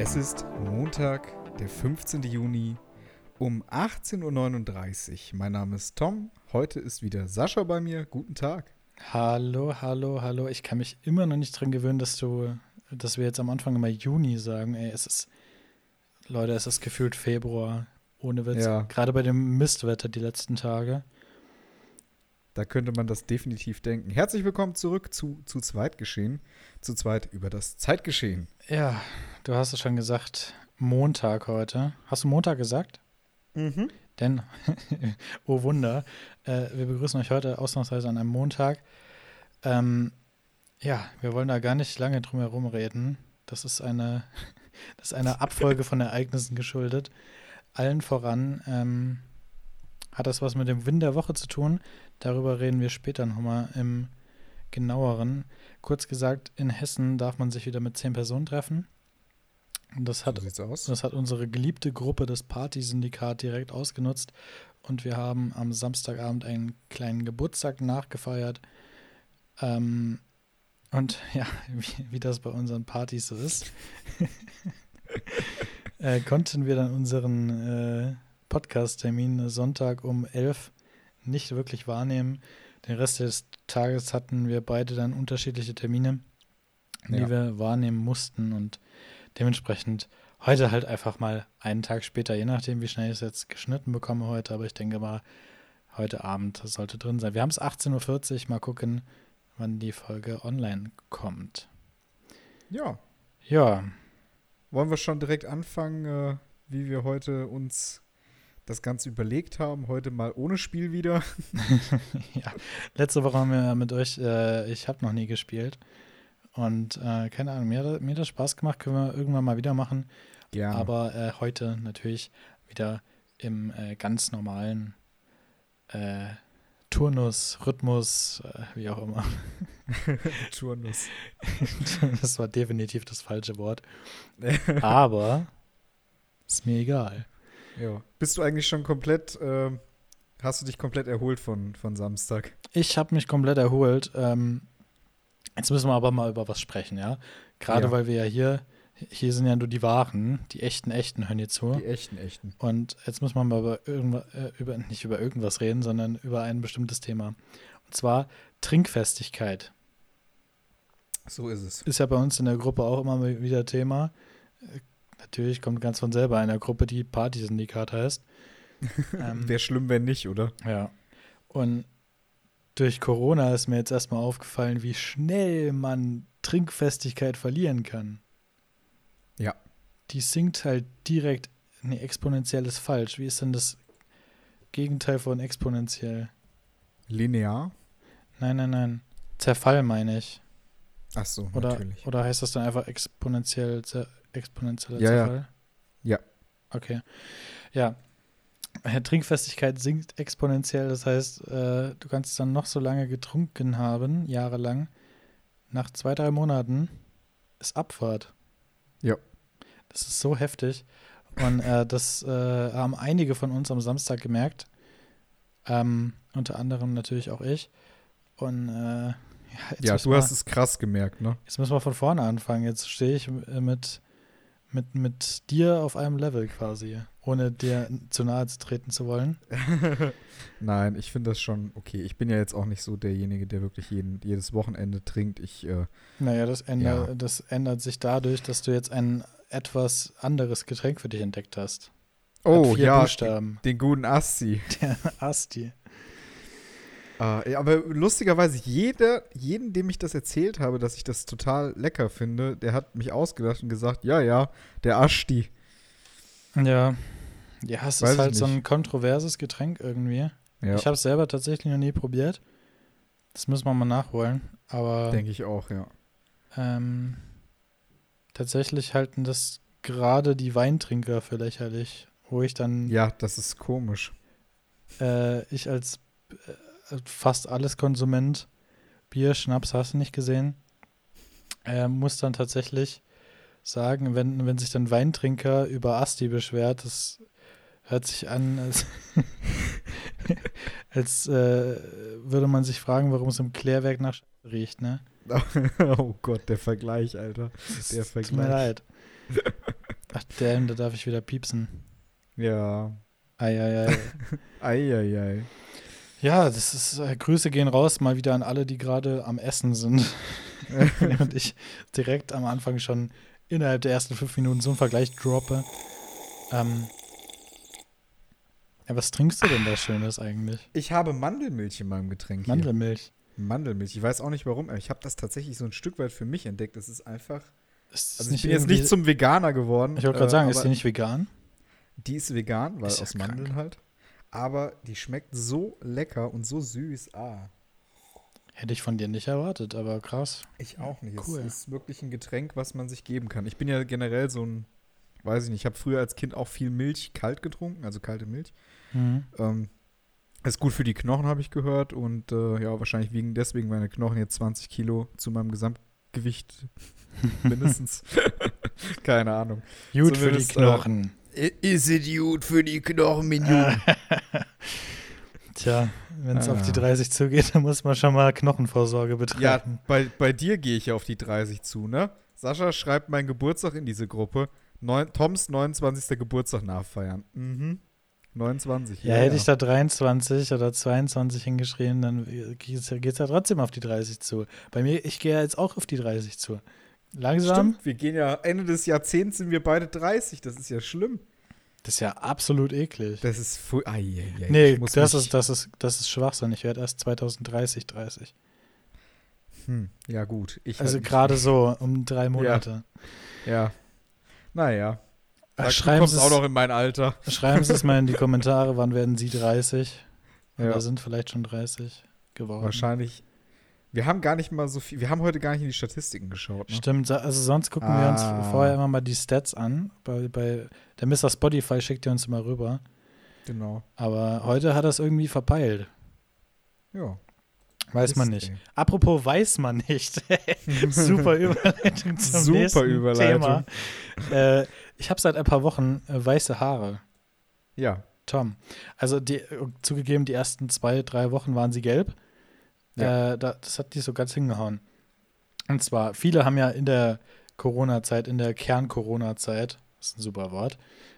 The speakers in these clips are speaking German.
Es ist Montag, der 15. Juni um 18.39 Uhr. Mein Name ist Tom. Heute ist wieder Sascha bei mir. Guten Tag. Hallo, hallo, hallo. Ich kann mich immer noch nicht dran gewöhnen, dass wir jetzt am Anfang immer Juni sagen. Ey, Leute, es ist gefühlt Februar. Ohne Witz. Ja. Gerade bei dem Mistwetter die letzten Tage. Da könnte man das definitiv denken. Herzlich willkommen zurück zu Zweitgeschehen. Zu zweit über das Zeitgeschehen. Ja, du hast es schon gesagt. Montag heute. Hast du Montag gesagt? Mhm. Denn, oh Wunder, wir begrüßen euch heute ausnahmsweise an einem Montag. Ja, wir wollen da gar nicht lange drum herum reden. Das ist eine Abfolge von Ereignissen geschuldet. Allen voran hat das was mit dem Win der Woche zu tun. Darüber reden wir später nochmal im Genaueren. Kurz gesagt, in Hessen darf man sich wieder mit 10 Personen treffen. Und das hat unsere geliebte Gruppe, das Partysyndikat, direkt ausgenutzt. Und wir haben am Samstagabend einen kleinen Geburtstag nachgefeiert. Und ja, wie das bei unseren Partys so ist, konnten wir dann unseren Podcast-Termin Sonntag um 11 nicht wirklich wahrnehmen. Den Rest des Tages hatten wir beide dann unterschiedliche Termine, die wir wahrnehmen mussten, und dementsprechend heute halt einfach mal einen Tag später, je nachdem, wie schnell ich es jetzt geschnitten bekomme heute, aber ich denke mal, heute Abend sollte drin sein. Wir haben es 18.40 Uhr, mal gucken, wann die Folge online kommt. Ja. Ja. Wollen wir schon direkt anfangen, wie wir heute uns das Ganze überlegt haben? Heute mal ohne Spiel wieder. Ja, letzte Woche haben wir mit euch, ich habe noch nie gespielt. Und keine Ahnung, mir hat das Spaß gemacht, können wir irgendwann mal wieder machen. Gerne. Aber heute natürlich wieder im ganz normalen Turnus, Rhythmus, wie auch immer. Turnus. Das war definitiv das falsche Wort. Aber ist mir egal. Ja. Bist du eigentlich schon komplett, hast du dich komplett erholt von Samstag? Ich habe mich komplett erholt. Jetzt müssen wir aber mal über was sprechen, ja? Gerade weil wir ja hier sind ja nur die Wahren, die echten hören hier zu. Die echten. Und jetzt muss man mal nicht über irgendwas reden, sondern über ein bestimmtes Thema. Und zwar Trinkfestigkeit. So ist es. Ist ja bei uns in der Gruppe auch immer wieder Thema. Natürlich kommt ganz von selber eine Gruppe, die Partysyndikat heißt. Wäre schlimm, wenn nicht, oder? Ja. Und durch Corona ist mir jetzt erstmal aufgefallen, wie schnell man Trinkfestigkeit verlieren kann. Ja. Die sinkt halt direkt. Nee, exponentiell ist falsch. Wie ist denn das Gegenteil von exponentiell? Linear? Nein. Zerfall meine ich. Ach so, natürlich. Oder heißt das dann einfach exponentieller Zerfall? Ja. Okay. Ja. Trinkfestigkeit sinkt exponentiell. Das heißt, du kannst dann noch so lange getrunken haben, jahrelang. Nach 2-3 Monaten ist Abfahrt. Ja. Das ist so heftig. Und das haben einige von uns am Samstag gemerkt. Unter anderem natürlich auch ich. Und du hast es krass gemerkt, ne? Jetzt müssen wir von vorne anfangen. Jetzt stehe ich mit dir auf einem Level quasi, ohne dir zu nahe zu treten zu wollen. Nein, ich finde das schon okay. Ich bin ja jetzt auch nicht so derjenige, der wirklich jedes Wochenende trinkt. Das ändert sich dadurch, dass du jetzt ein etwas anderes Getränk für dich entdeckt hast. Oh ja, Buchstaben. Den guten Asti. Der Asti. Aber lustigerweise, jeden, dem ich das erzählt habe, dass ich das total lecker finde, der hat mich ausgedacht und gesagt, ja, der Asti. Ja, es ist halt so ein kontroverses Getränk irgendwie. Ja. Ich habe es selber tatsächlich noch nie probiert. Das müssen wir mal nachholen. Aber denke ich auch, ja. Tatsächlich halten das gerade die Weintrinker für lächerlich, wo ich dann... Ja, das ist komisch. Ich als fast alles Konsument, Bier, Schnaps, hast du nicht gesehen, muss dann tatsächlich sagen, wenn sich dann Weintrinker über Asti beschwert, das hört sich an, als würde man sich fragen, warum es im Klärwerk nach riecht, ne? Oh Gott, der Vergleich, Alter. Der Vergleich. Tut mir leid. Ach, damn, da darf ich wieder piepsen. Ja. Eieiei. Eieiei. Ja, das ist, Grüße gehen raus mal wieder an alle, die gerade am Essen sind. Und ich direkt am Anfang schon innerhalb der ersten 5 Minuten so einen Vergleich droppe. Ja, was trinkst du denn da Schönes eigentlich? Ich habe Mandelmilch in meinem Getränk hier. Mandelmilch. Mandelmilch. Ich weiß auch nicht warum, aber ich habe das tatsächlich so ein Stück weit für mich entdeckt. Das ist einfach. Ist Also ich bin jetzt nicht zum Veganer geworden. Ich wollte gerade sagen, ist die nicht vegan? Die ist vegan, weil Ist ja aus Mandeln krank. halt. Aber die schmeckt so lecker und so süß. Hätte ich von dir nicht erwartet, aber krass. Ich auch nicht. Cool. Es ist wirklich ein Getränk, was man sich geben kann. Ich bin ja generell so ein, weiß ich nicht, ich habe früher als Kind auch viel Milch kalt getrunken, also kalte Milch. Mhm. Ist gut für die Knochen, habe ich gehört. Und ja, wahrscheinlich wiegen deswegen meine Knochen jetzt 20 Kilo zu meinem Gesamtgewicht mindestens. Keine Ahnung. Gut für die Zumindest, Knochen. Ist es gut für die Knochen, Minion? Tja, wenn es auf die 30 zugeht, dann muss man schon mal Knochenvorsorge Ja, betreiben. bei dir gehe ich ja auf die 30 zu, ne? Sascha schreibt meinen Geburtstag in diese Gruppe. Toms 29. Geburtstag nachfeiern. 29. Ja, hätte ich da 23 oder 22 hingeschrieben, dann geht's ja trotzdem auf die 30 zu. Bei mir, ich gehe ja jetzt auch auf die 30 zu. Langsam. Stimmt, wir gehen ja, Ende des Jahrzehnts sind wir beide 30. Das ist ja schlimm. Das ist ja absolut eklig. Das ist Nee, das ist Schwachsinn. Ich werde erst 2030 30. Ja, gut. Also gerade so um 3 Monate. Ja. Naja. Du Schreiben kommst Sie auch noch in mein Alter. Schreiben Sie es mal in die Kommentare, wann werden Sie 30? Ja. Oder sind vielleicht schon 30 geworden. Wahrscheinlich. Wir haben gar nicht mal so viel. Wir haben heute gar nicht in die Statistiken geschaut. Ne? Stimmt, also sonst gucken wir uns vorher immer mal die Stats an. Bei der Mr. Spotify schickt ihr uns immer rüber. Genau. Aber heute hat er es irgendwie verpeilt. Ja. Weiß man nicht. Apropos weiß man nicht. Super Überleitung zum nächsten Thema. Ich habe seit ein paar Wochen weiße Haare. Ja. Tom. Also zugegeben, die ersten 2-3 Wochen waren sie gelb. Ja. Das hat nicht so ganz hingehauen. Und zwar, viele haben ja in der Corona-Zeit, in der Kern-Corona-Zeit, das ist ein super Wort,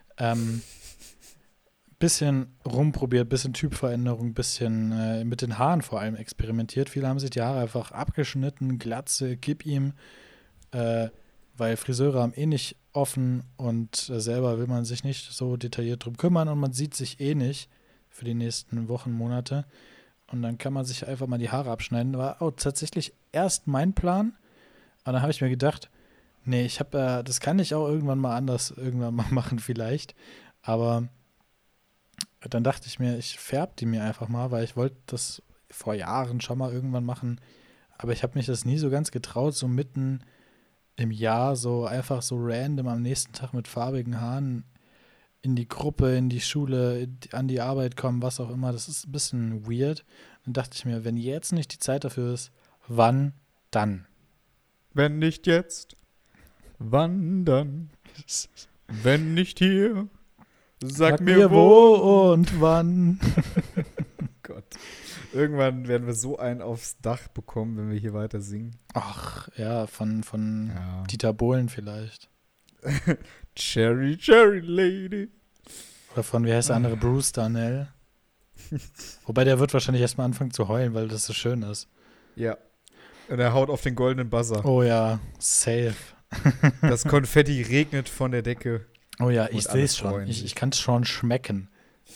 bisschen rumprobiert, bisschen Typveränderung, bisschen mit den Haaren vor allem experimentiert. Viele haben sich die Haare einfach abgeschnitten, Glatze, gib ihm, weil Friseure haben eh nicht offen und selber will man sich nicht so detailliert drum kümmern und man sieht sich eh nicht für die nächsten Wochen, Monate. Und dann kann man sich einfach mal die Haare abschneiden. War auch tatsächlich erst mein Plan. Und dann habe ich mir gedacht, nee, das kann ich auch irgendwann mal machen vielleicht. Aber dann dachte ich mir, ich färbe die mir einfach mal, weil ich wollte das vor Jahren schon mal irgendwann machen. Aber ich habe mich das nie so ganz getraut, so mitten im Jahr so einfach so random am nächsten Tag mit farbigen Haaren in die Gruppe, in die Schule, an die Arbeit kommen, was auch immer. Das ist ein bisschen weird. Dann dachte ich mir, wenn jetzt nicht die Zeit dafür ist, wann dann? Wenn nicht jetzt, wann dann? Wenn nicht hier, sag mir wo und wann. Oh Gott. Irgendwann werden wir so einen aufs Dach bekommen, wenn wir hier weiter singen. Ach, ja, von Dieter Bohlen vielleicht. Cherry, Cherry Lady. Oder von, wie heißt der andere, Bruce Darnell. Wobei der wird wahrscheinlich erstmal anfangen zu heulen, weil das so schön ist. Ja. Und er haut auf den goldenen Buzzer. Oh ja, safe. Das Konfetti regnet von der Decke. Oh ja, ich sehe es schon. Ich kann es schon schmecken.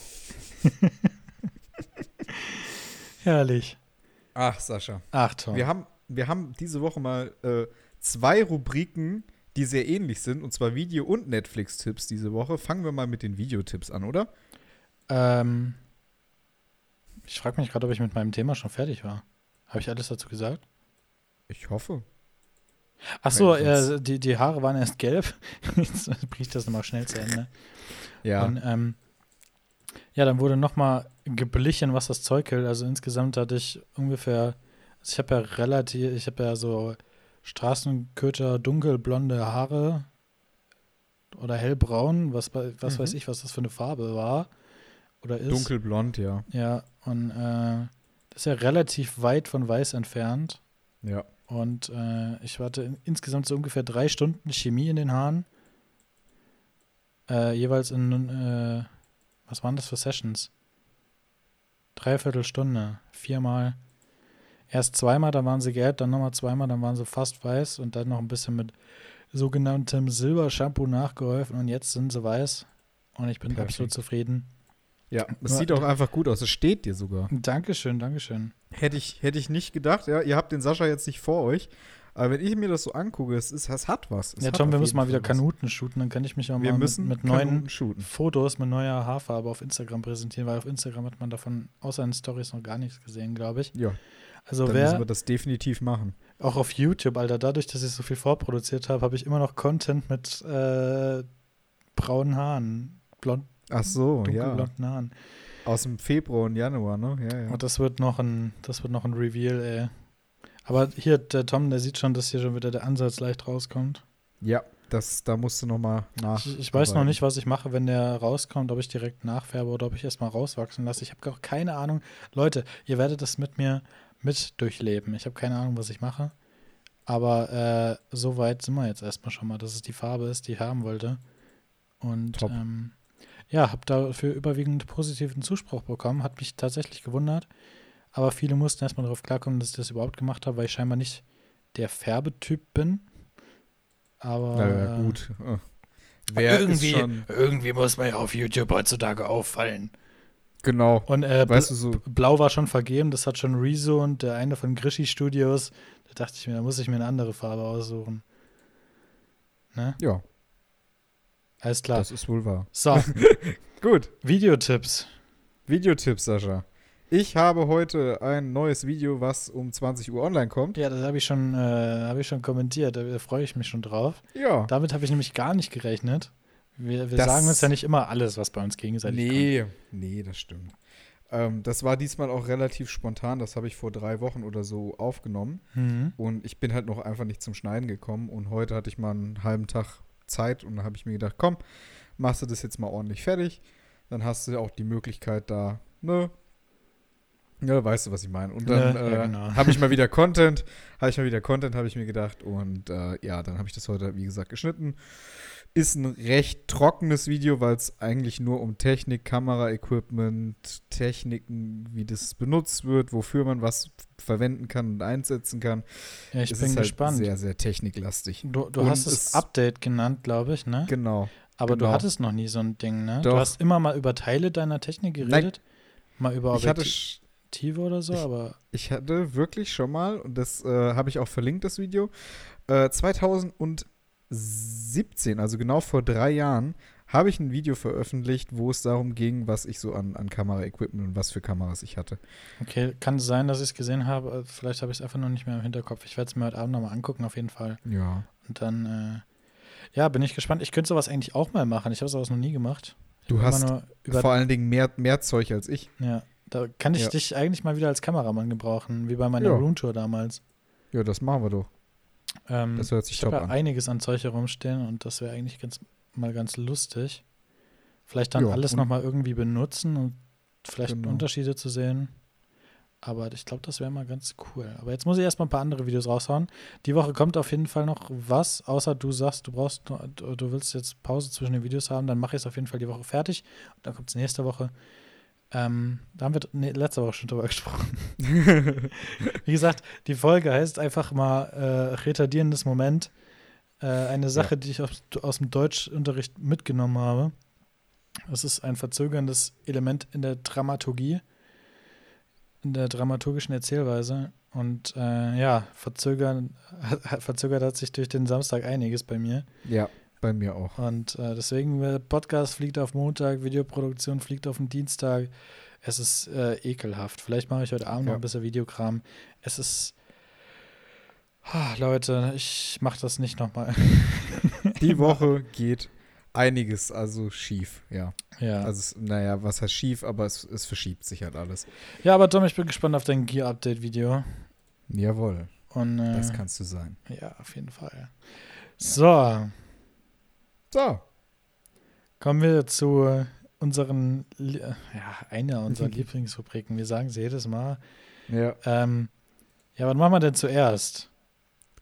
Herrlich. Ach, Sascha. Ach, Tom. Wir haben diese Woche mal 2 Rubriken, die sehr ähnlich sind, und zwar Video- und Netflix-Tipps diese Woche. Fangen wir mal mit den Videotipps an, oder? Ich frage mich gerade, ob ich mit meinem Thema schon fertig war. Habe ich alles dazu gesagt? Ich hoffe. Ach so, die Haare waren erst gelb. Jetzt bringe ich das nochmal schnell zu Ende. Ja. Und ja, dann wurde nochmal geblichen, was das Zeug hält. Also insgesamt hatte ich ungefähr, also ich habe ja so Straßenköter dunkelblonde Haare oder hellbraun, was weiß ich, was das für eine Farbe war oder ist. Dunkelblond, ja. Ja, und das ist ja relativ weit von weiß entfernt. Ja. Und ich hatte insgesamt so ungefähr 3 Stunden Chemie in den Haaren. jeweils in, was waren das für Sessions? 3/4 Stunde, 4-mal. Erst 2-mal, dann waren sie gelb, dann nochmal 2-mal, dann waren sie fast weiß und dann noch ein bisschen mit sogenanntem Silbershampoo nachgeholfen und jetzt sind sie weiß und ich bin absolut zufrieden. Ja, es sieht auch einfach gut aus. Es steht dir sogar. Dankeschön, Dankeschön. Hätte ich nicht gedacht. Ja, ihr habt den Sascha jetzt nicht vor euch. Aber wenn ich mir das so angucke, es hat was. Ja, Tom, wir müssen mal wieder Kanuten shooten. Dann kann ich mich auch mal mit neuen Fotos, mit neuer Haarfarbe auf Instagram präsentieren, weil auf Instagram hat man davon außer in Stories noch gar nichts gesehen, glaube ich. Ja, also dann müssen wir das definitiv machen. Auch auf YouTube, Alter. Dadurch, dass ich so viel vorproduziert habe, habe ich immer noch Content mit braunen Haaren. Dunkelblonden Haaren. Aus dem Februar und Januar, ne? Ja. Und das wird noch ein Reveal, ey. Aber hier, der Tom, der sieht schon, dass hier schon wieder der Ansatz leicht rauskommt. Ja, da musst du nochmal nach. Ich weiß noch nicht, was ich mache, wenn der rauskommt, ob ich direkt nachfärbe oder ob ich erstmal rauswachsen lasse. Ich habe auch keine Ahnung. Leute, ihr werdet das mit mir durchleben. Ich habe keine Ahnung, was ich mache. Aber so weit sind wir jetzt erstmal schon mal, dass es die Farbe ist, die ich haben wollte. Und habe dafür überwiegend positiven Zuspruch bekommen. Hat mich tatsächlich gewundert. Aber viele mussten erstmal darauf klarkommen, dass ich das überhaupt gemacht habe, weil ich scheinbar nicht der Färbetyp bin. Aber ja, gut. Irgendwie muss man ja auf YouTube heutzutage auffallen. Genau. Und weißt du, so Blau war schon vergeben, das hat schon Rezo und der eine von Grischi Studios. Da dachte ich mir, da muss ich mir eine andere Farbe aussuchen. Ne? Ja. Alles klar. Das ist wohl wahr. So. Gut. Videotipps, Sascha. Ich habe heute ein neues Video, was um 20 Uhr online kommt. Ja, das habe ich schon kommentiert. Da freue ich mich schon drauf. Ja. Damit habe ich nämlich gar nicht gerechnet. Wir sagen uns ja nicht immer alles, was bei uns gegenseitig kommt. Nee, das stimmt. Das war diesmal auch relativ spontan. Das habe ich vor 3 Wochen oder so aufgenommen. Mhm. Und ich bin halt noch einfach nicht zum Schneiden gekommen. Und heute hatte ich mal einen halben Tag Zeit. Und da habe ich mir gedacht, komm, machst du das jetzt mal ordentlich fertig. Dann hast du auch die Möglichkeit da, ne? Ja, weißt du, was ich meine. Und dann genau. habe ich mal wieder Content, habe ich mir gedacht. Und dann habe ich das heute, wie gesagt, geschnitten. Ist ein recht trockenes Video, weil es eigentlich nur um Technik, Kamera-Equipment, Techniken, wie das benutzt wird, wofür man was verwenden kann und einsetzen kann. Ja, ich bin gespannt. Sehr, sehr techniklastig. Du hast es Update genannt, glaube ich, ne? Genau. Aber du hattest noch nie so ein Ding, ne? Doch. Du hast immer mal über Teile deiner Technik geredet. Mal über Objektive oder so, aber ich hatte wirklich schon mal, und das habe ich auch verlinkt, das Video, 2017, also genau vor 3 Jahren, habe ich ein Video veröffentlicht, wo es darum ging, was ich so an Kamera-Equipment und was für Kameras ich hatte. Okay, kann sein, dass ich es gesehen habe. Vielleicht habe ich es einfach noch nicht mehr im Hinterkopf. Ich werde es mir heute Abend nochmal angucken, auf jeden Fall. Ja. Und dann, bin ich gespannt. Ich könnte sowas eigentlich auch mal machen. Ich habe sowas noch nie gemacht. Du hast vor allen Dingen mehr Zeug als ich. Ja, da kann ich dich eigentlich mal wieder als Kameramann gebrauchen, wie bei meiner Roomtour damals. Ja, das machen wir doch. Das hört sich top an. Ich habe ja einiges an Zeug herumstehen und das wäre eigentlich ganz lustig. Vielleicht dann alles nochmal irgendwie benutzen und vielleicht Unterschiede zu sehen. Aber ich glaube, das wäre mal ganz cool. Aber jetzt muss ich erstmal ein paar andere Videos raushauen. Die Woche kommt auf jeden Fall noch was, außer du sagst, du willst jetzt Pause zwischen den Videos haben, dann mache ich es auf jeden Fall die Woche fertig. Und dann kommt es nächste Woche. Da haben wir letzte Woche schon drüber gesprochen. Wie gesagt, die Folge heißt einfach mal retardierendes Moment. Eine Sache, die ich aus dem Deutschunterricht mitgenommen habe. Das ist ein verzögerndes Element in der Dramaturgie, in der dramaturgischen Erzählweise. Und verzögert hat sich durch den Samstag einiges bei mir. Ja, bei mir auch. Und deswegen, Podcast fliegt auf Montag, Videoproduktion fliegt auf den Dienstag. Es ist ekelhaft. Vielleicht mache ich heute Abend noch ein bisschen Videokram. Es ist Leute, ich mache das nicht nochmal. Die Woche geht einiges schief, ja. Ja. Also, was heißt schief, aber es verschiebt sich halt alles. Ja, aber Tom, ich bin gespannt auf dein Gear-Update-Video. Jawohl. Und, das kannst du sein. Ja, auf jeden Fall. Ja. So. Kommen wir zu unseren, einer unserer Lieblingsrubriken. Wir sagen sie jedes Mal. Ja. Was machen wir denn zuerst?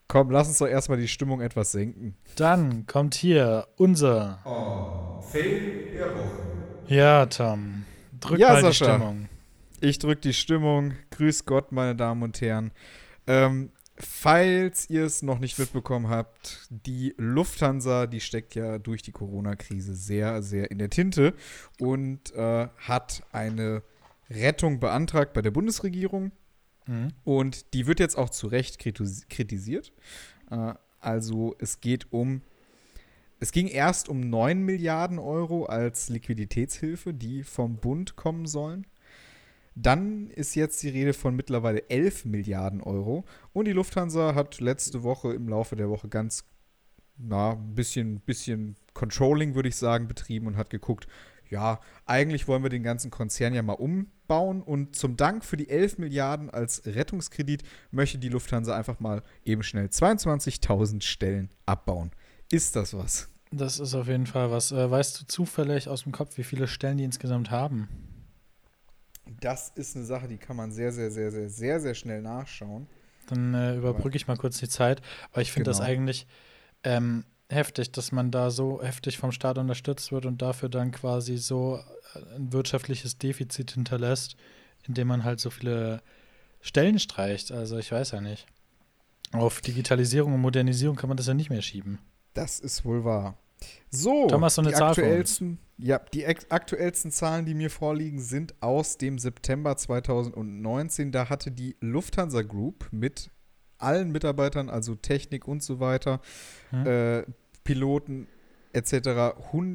Komm, lass uns doch erstmal die Stimmung etwas senken. Dann kommt hier unser. Fail der Woche. Ja, Tom. Drück Ja, mal die Sascha. Stimmung. Ich drück die Stimmung. Grüß Gott, meine Damen und Herren. Falls ihr es noch nicht mitbekommen habt, die Lufthansa, die steckt ja durch die Corona-Krise sehr, sehr in der Tinte und hat eine Rettung beantragt bei der Bundesregierung. Mhm. Und die wird jetzt auch zu Recht kritisiert. Also es ging erst um 9 Milliarden Euro als Liquiditätshilfe, die vom Bund kommen sollen. Dann ist jetzt die Rede von mittlerweile 11 Milliarden Euro. Und die Lufthansa hat letzte Woche im Laufe der Woche ganz, ein bisschen Controlling, würde ich sagen, betrieben und hat geguckt, ja, eigentlich wollen wir den ganzen Konzern ja mal umbauen. Und zum Dank für die 11 Milliarden als Rettungskredit möchte die Lufthansa einfach mal eben schnell 22.000 Stellen abbauen. Ist das was? Das ist auf jeden Fall was. Weißt du zufällig aus dem Kopf, wie viele Stellen die insgesamt haben? Das ist eine Sache, die kann man sehr, sehr, sehr, sehr, sehr, sehr schnell nachschauen. Dann überbrücke ich mal kurz die Zeit, weil ich finde das eigentlich heftig, dass man da so heftig vom Staat unterstützt wird und dafür dann quasi so ein wirtschaftliches Defizit hinterlässt, indem man halt so viele Stellen streicht. Also ich weiß ja nicht. Auf Digitalisierung und Modernisierung kann man das ja nicht mehr schieben. Das ist wohl wahr. So, Thomas, so eine Zahl die aktuellsten Zahlen, die mir vorliegen, sind aus dem September 2019. Da hatte die Lufthansa Group mit allen Mitarbeitern, also Technik und so weiter, Piloten etc.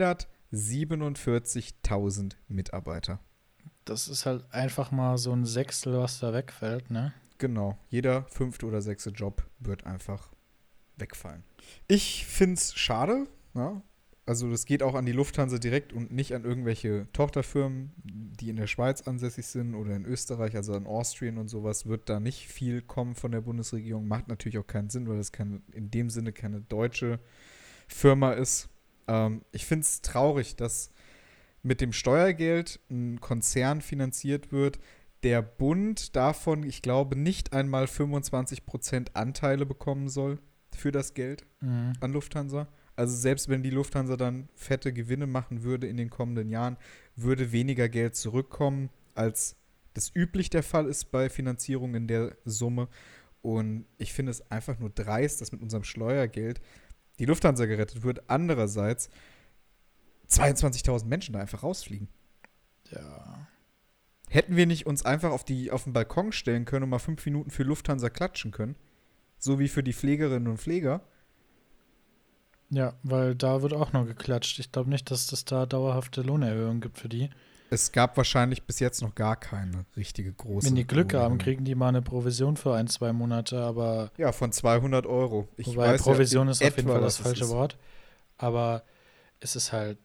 147.000 Mitarbeiter. Das ist halt einfach mal so ein Sechstel, was da wegfällt, ne? Genau, jeder 5. oder 6. Job wird einfach wegfallen. Ich finde es schade, ja? Also das geht auch an die Lufthansa direkt und nicht an irgendwelche Tochterfirmen, die in der Schweiz ansässig sind oder in Österreich, also an Austrian und sowas, wird da nicht viel kommen von der Bundesregierung. Macht natürlich auch keinen Sinn, weil das in dem Sinne keine deutsche Firma ist. Ich finde es traurig, dass mit dem Steuergeld ein Konzern finanziert wird, der Bund davon, ich glaube, nicht einmal 25% Anteile bekommen soll für das Geld an Lufthansa. Also selbst wenn die Lufthansa dann fette Gewinne machen würde in den kommenden Jahren, würde weniger Geld zurückkommen, als das üblich der Fall ist bei Finanzierung in der Summe. Und ich finde es einfach nur dreist, dass mit unserem Steuergeld die Lufthansa gerettet wird. Andererseits 22.000 Menschen da einfach rausfliegen. Ja. Hätten wir nicht uns einfach auf den Balkon stellen können und mal 5 Minuten für Lufthansa klatschen können? So wie für die Pflegerinnen und Pfleger? Ja, weil da wird auch noch geklatscht. Ich glaube nicht, dass es da dauerhafte Lohnerhöhungen gibt für die. Es gab wahrscheinlich bis jetzt noch gar keine richtige große. Wenn die Glück haben, kriegen die mal eine Provision für 1-2 Monate, aber. Ja, von 200 Euro. Wobei Provision ist auf jeden Fall das was falsche Wort. Aber es ist halt.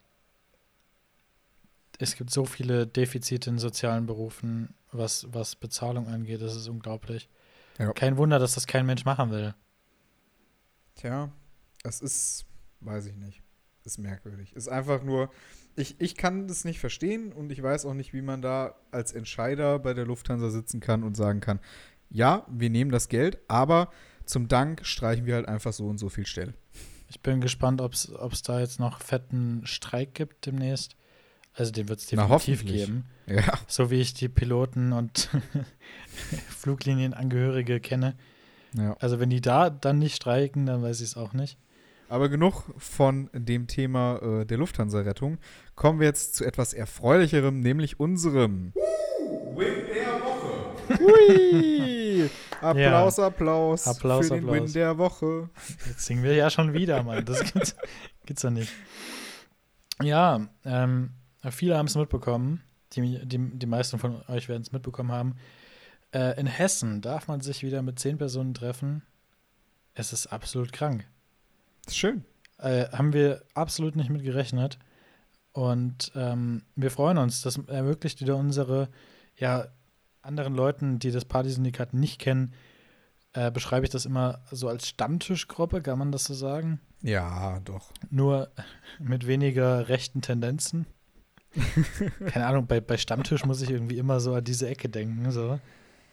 Es gibt so viele Defizite in sozialen Berufen, was Bezahlung angeht. Das ist unglaublich. Ja. Kein Wunder, dass das kein Mensch machen will. Tja, es ist. Weiß ich nicht. Ist merkwürdig. Ist einfach nur, ich kann das nicht verstehen und ich weiß auch nicht, wie man da als Entscheider bei der Lufthansa sitzen kann und sagen kann, ja, wir nehmen das Geld, aber zum Dank streichen wir halt einfach so und so viel Stellen. Ich bin gespannt, ob es da jetzt noch fetten Streik gibt demnächst. Also den wird es definitiv geben. Ja. So wie ich die Piloten und Fluglinienangehörige kenne. Ja. Also wenn die da dann nicht streiken, dann weiß ich es auch nicht. Aber genug von dem Thema der Lufthansa-Rettung. Kommen wir jetzt zu etwas Erfreulicherem, nämlich unserem Win der Woche. Hui! Applaus, Ja. Applaus für den Win der Woche. Jetzt singen wir ja schon wieder, Mann. Das gibt's doch nicht. Ja, viele haben es mitbekommen. Die meisten von euch werden es mitbekommen haben. In Hessen darf man sich wieder mit 10 Personen treffen. Es ist absolut krank. Das ist schön. Haben wir absolut nicht mit gerechnet. Und wir freuen uns. Das ermöglicht wieder unsere, anderen Leuten, die das Partysyndikat nicht kennen, beschreibe ich das immer so als Stammtischgruppe, kann man das so sagen? Ja, doch. Nur mit weniger rechten Tendenzen. Keine Ahnung, bei Stammtisch muss ich irgendwie immer so an diese Ecke denken. So.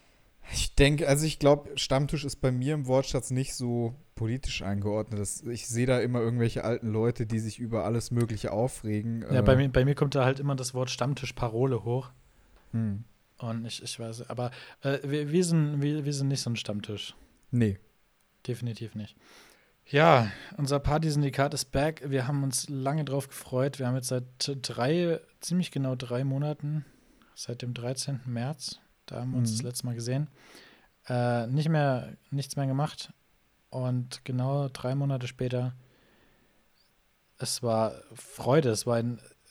Ich glaube, Stammtisch ist bei mir im Wortschatz nicht so politisch eingeordnet. Ich sehe da immer irgendwelche alten Leute, die sich über alles Mögliche aufregen. Ja, bei mir kommt da halt immer das Wort Stammtisch-Parole hoch. Hm. Und ich weiß, aber wir sind nicht so ein Stammtisch. Nee. Definitiv nicht. Ja, unser Partysyndikat ist back. Wir haben uns lange drauf gefreut. Wir haben jetzt seit ziemlich genau 3 Monaten, seit dem 13. März, da haben wir uns das letzte Mal gesehen, nichts mehr gemacht. Und genau 3 Monate später, es war Freude, es war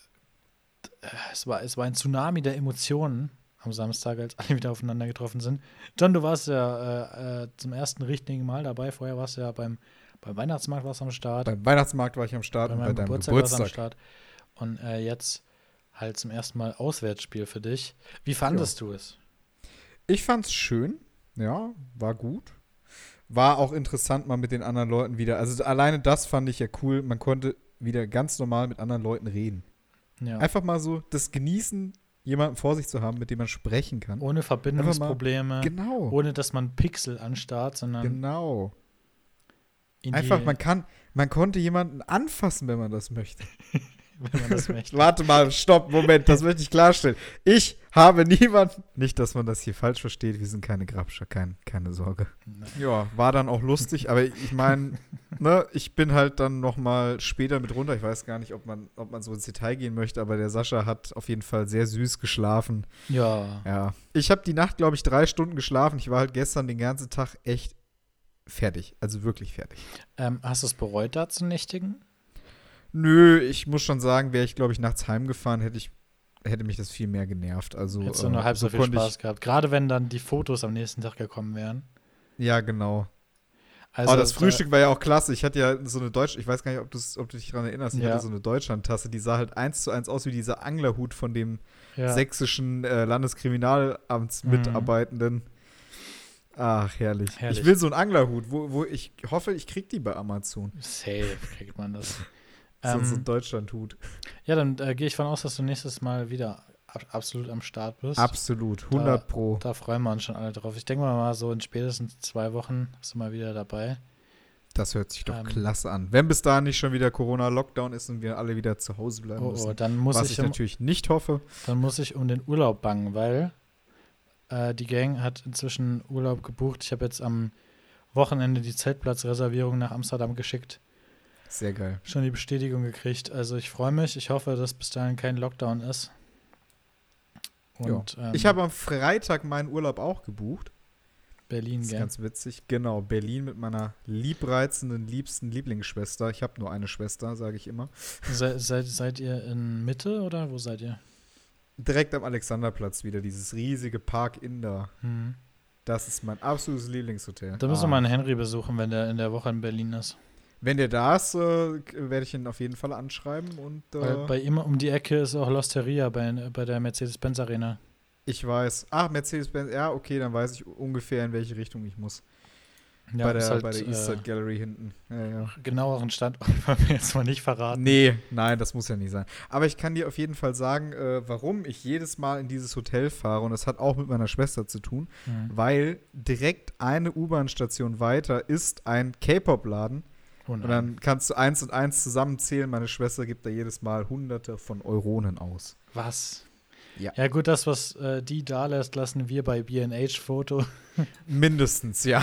ein Tsunami der Emotionen am Samstag, als alle wieder aufeinander getroffen sind. John, du warst ja zum ersten richtigen Mal dabei. Vorher warst du ja beim Weihnachtsmarkt warst du am Start. Beim Weihnachtsmarkt war ich am Start und bei deinem Geburtstag. Warst du am Start. Und jetzt halt zum ersten Mal Auswärtsspiel für dich. Wie fandest du es? Ich fand's schön. Ja, war gut. War auch interessant mal mit den anderen Leuten wieder. Also alleine das fand ich ja cool. Man konnte wieder ganz normal mit anderen Leuten reden. Ja. Einfach mal so das Genießen, jemanden vor sich zu haben, mit dem man sprechen kann. Ohne Verbindungsprobleme. Genau. Ohne, dass man Pixel anstarrt, sondern Genau. Einfach, man konnte jemanden anfassen, wenn man das möchte. wenn man das möchte. Warte mal, stopp, Moment, das möchte ich klarstellen. Ich habe niemanden, nicht, dass man das hier falsch versteht, wir sind keine Grabscher, keine Sorge. Nein. Ja, war dann auch lustig, aber ich meine, ne, ich bin halt dann noch mal später mit runter, ich weiß gar nicht, ob man so ins Detail gehen möchte, aber der Sascha hat auf jeden Fall sehr süß geschlafen. Ja. Ich habe die Nacht, glaube ich, 3 Stunden geschlafen, ich war halt gestern den ganzen Tag echt fertig, also wirklich fertig. Hast du es bereut, da zu nächtigen? Nö, ich muss schon sagen, wäre ich, glaube ich, nachts heimgefahren, hätte mich das viel mehr genervt. Also, Hättest du nur halb so viel Spaß gehabt. Gerade wenn dann die Fotos am nächsten Tag gekommen wären. Ja, genau. Also, das Frühstück war ja auch klasse. Ich hatte ja so eine ich weiß gar nicht, ob du dich daran erinnerst, ich hatte so eine Deutschlandtasse, die sah halt 1:1 aus wie dieser Anglerhut von dem sächsischen Landeskriminalamtsmitarbeitenden. Ach, herrlich. Ich will so einen Anglerhut, wo ich hoffe, ich krieg die bei Amazon. Safe kriegt man das. So ein Deutschlandhut. Ja, dann gehe ich von aus, dass du nächstes Mal wieder absolut am Start bist. Absolut, 100 Pro. Da freuen wir uns schon alle drauf. Ich denke mal so in spätestens 2 Wochen bist du mal wieder dabei. Das hört sich doch klasse an. Wenn bis dahin nicht schon wieder Corona-Lockdown ist und wir alle wieder zu Hause bleiben müssen, dann muss was ich natürlich nicht hoffe. Dann muss ich um den Urlaub bangen, weil die Gang hat inzwischen Urlaub gebucht. Ich habe jetzt am Wochenende die Zeltplatzreservierung nach Amsterdam geschickt. Sehr geil. Schon die Bestätigung gekriegt. Also ich freue mich. Ich hoffe, dass bis dahin kein Lockdown ist. Und, ich habe am Freitag meinen Urlaub auch gebucht. Berlin, das ist ganz witzig. Genau, Berlin mit meiner liebreizenden, liebsten Lieblingsschwester. Ich habe nur eine Schwester, sage ich immer. Seid ihr in Mitte oder wo seid ihr? Direkt am Alexanderplatz wieder, dieses riesige Park-In da. Das ist mein absolutes Lieblingshotel. Da müssen wir mal einen Henry besuchen, wenn der in der Woche in Berlin ist. Wenn der da ist, werde ich ihn auf jeden Fall anschreiben. Und bei ihm um die Ecke ist auch L'Osteria bei der Mercedes-Benz Arena. Ich weiß. Ach, Mercedes-Benz. Ja, okay, dann weiß ich ungefähr, in welche Richtung ich muss. Ja, bei der East Side Gallery hinten. Ja. Genaueren Standort wollen wir jetzt mal nicht verraten. Nein, das muss ja nicht sein. Aber ich kann dir auf jeden Fall sagen, warum ich jedes Mal in dieses Hotel fahre. Und das hat auch mit meiner Schwester zu tun. Weil direkt eine U-Bahn-Station weiter ist ein K-Pop-Laden. Und dann kannst du 1 und 1 zusammenzählen. Meine Schwester gibt da jedes Mal Hunderte von Euronen aus. Was? Ja, gut, das, was die da lässt, lassen wir bei B&H-Foto. Mindestens, ja.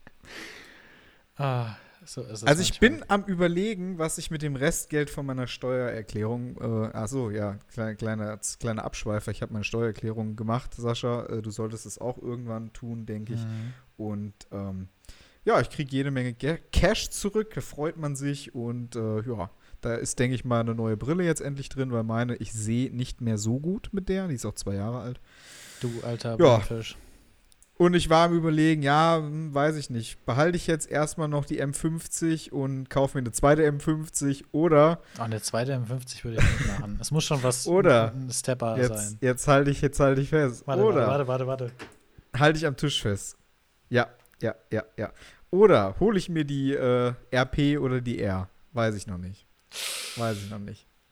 So ist es. Also ich bin am Überlegen, was ich mit dem Restgeld von meiner Steuererklärung, kleiner Abschweifer, ich habe meine Steuererklärung gemacht, Sascha, du solltest es auch irgendwann tun, denke ich. Und ich kriege jede Menge Cash zurück, da freut man sich und da ist, denke ich mal, eine neue Brille jetzt endlich drin, weil ich sehe nicht mehr so gut mit der, die ist auch 2 Jahre alt. Du alter Bärfisch. Und ich war am Überlegen, weiß ich nicht, behalte ich jetzt erstmal noch die M50 und kaufe mir eine zweite M50 oder eine zweite M50 würde ich nicht machen. Es muss schon was ein Stepper sein. Jetzt halte ich fest. Warte. Halte ich am Tisch fest. Ja. Oder hole ich mir die RP oder die R? Weiß ich noch nicht.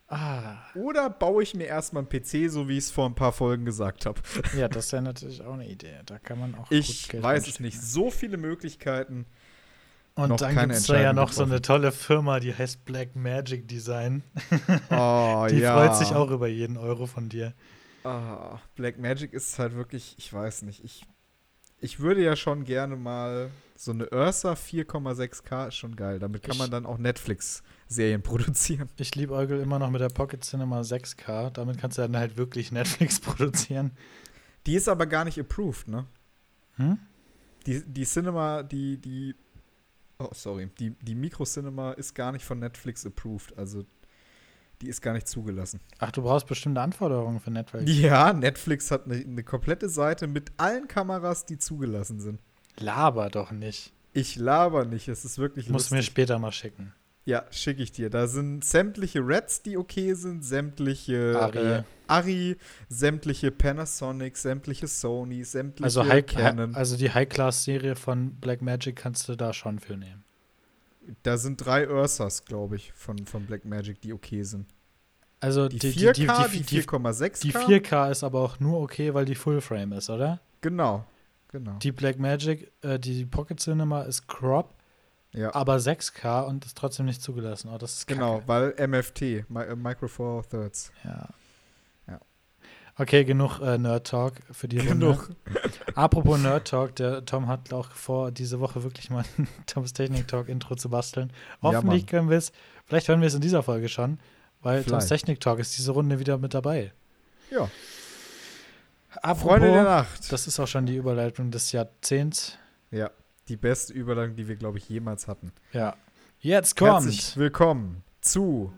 Oder baue ich mir erstmal einen PC, so wie ich es vor ein paar Folgen gesagt habe? Ja, das wäre natürlich auch eine Idee. Da kann man auch Ich gut Geld weiß es reinstecken. nicht. So viele Möglichkeiten. Und noch dann keine gibt es da ja Entscheidung noch so eine getroffen. tolle Firma, die heißt Black Magic Design. Oh, Die ja. freut sich auch über jeden Euro von dir. Blackmagic ist halt wirklich, ich weiß nicht. Ich würde ja schon gerne mal so eine Ursa 4,6K ist schon geil. Damit kann man dann auch Netflix-Serien produzieren. Ich liebäugel immer noch mit der Pocket Cinema 6K. Damit kannst du dann halt wirklich Netflix produzieren. Die ist aber gar nicht approved, ne? Hm? Die Cinema, oh, sorry. Die Micro-Cinema ist gar nicht von Netflix approved. Also, die ist gar nicht zugelassen. Ach, du brauchst bestimmte Anforderungen für Netflix. Ja, Netflix hat eine komplette Seite mit allen Kameras, die zugelassen sind. Laber doch nicht. Ich laber nicht, es ist wirklich Musst du mir lustig. später mal schicken. Ja, schicke ich dir. Da sind sämtliche Reds, die okay sind, sämtliche Arri, sämtliche Panasonic, sämtliche Sony, sämtliche Also, Canon. also die High-Class-Serie von Blackmagic kannst du da schon für nehmen. Da sind 3 Ursas, glaube ich, von Blackmagic, die okay sind. Also Die 4K, die 4,6K. Die 4K ist aber auch nur okay, weil die Full-Frame ist, oder? Genau. Die Blackmagic, die Pocket Cinema ist Crop, Ja, aber 6K und ist trotzdem nicht zugelassen. Oh, das ist kacke. genau, weil MFT, Micro Four Thirds. Ja. Ja. Okay, genug Nerd Talk für die Runde. Genug. Apropos Nerd Talk, der Tom hat auch vor, diese Woche wirklich mal ein Toms Technik Talk Intro zu basteln. Hoffentlich Mann. können wir es, vielleicht hören wir es in dieser Folge schon, weil Toms Vielleicht. Technik Talk ist diese Runde wieder mit dabei. Ja. Apropos, Freunde der Nacht. das ist auch schon die Überleitung des Jahrzehnts. Ja, die beste Überleitung, die wir, glaube ich, jemals hatten. Ja. Jetzt kommt Herzlich willkommen zu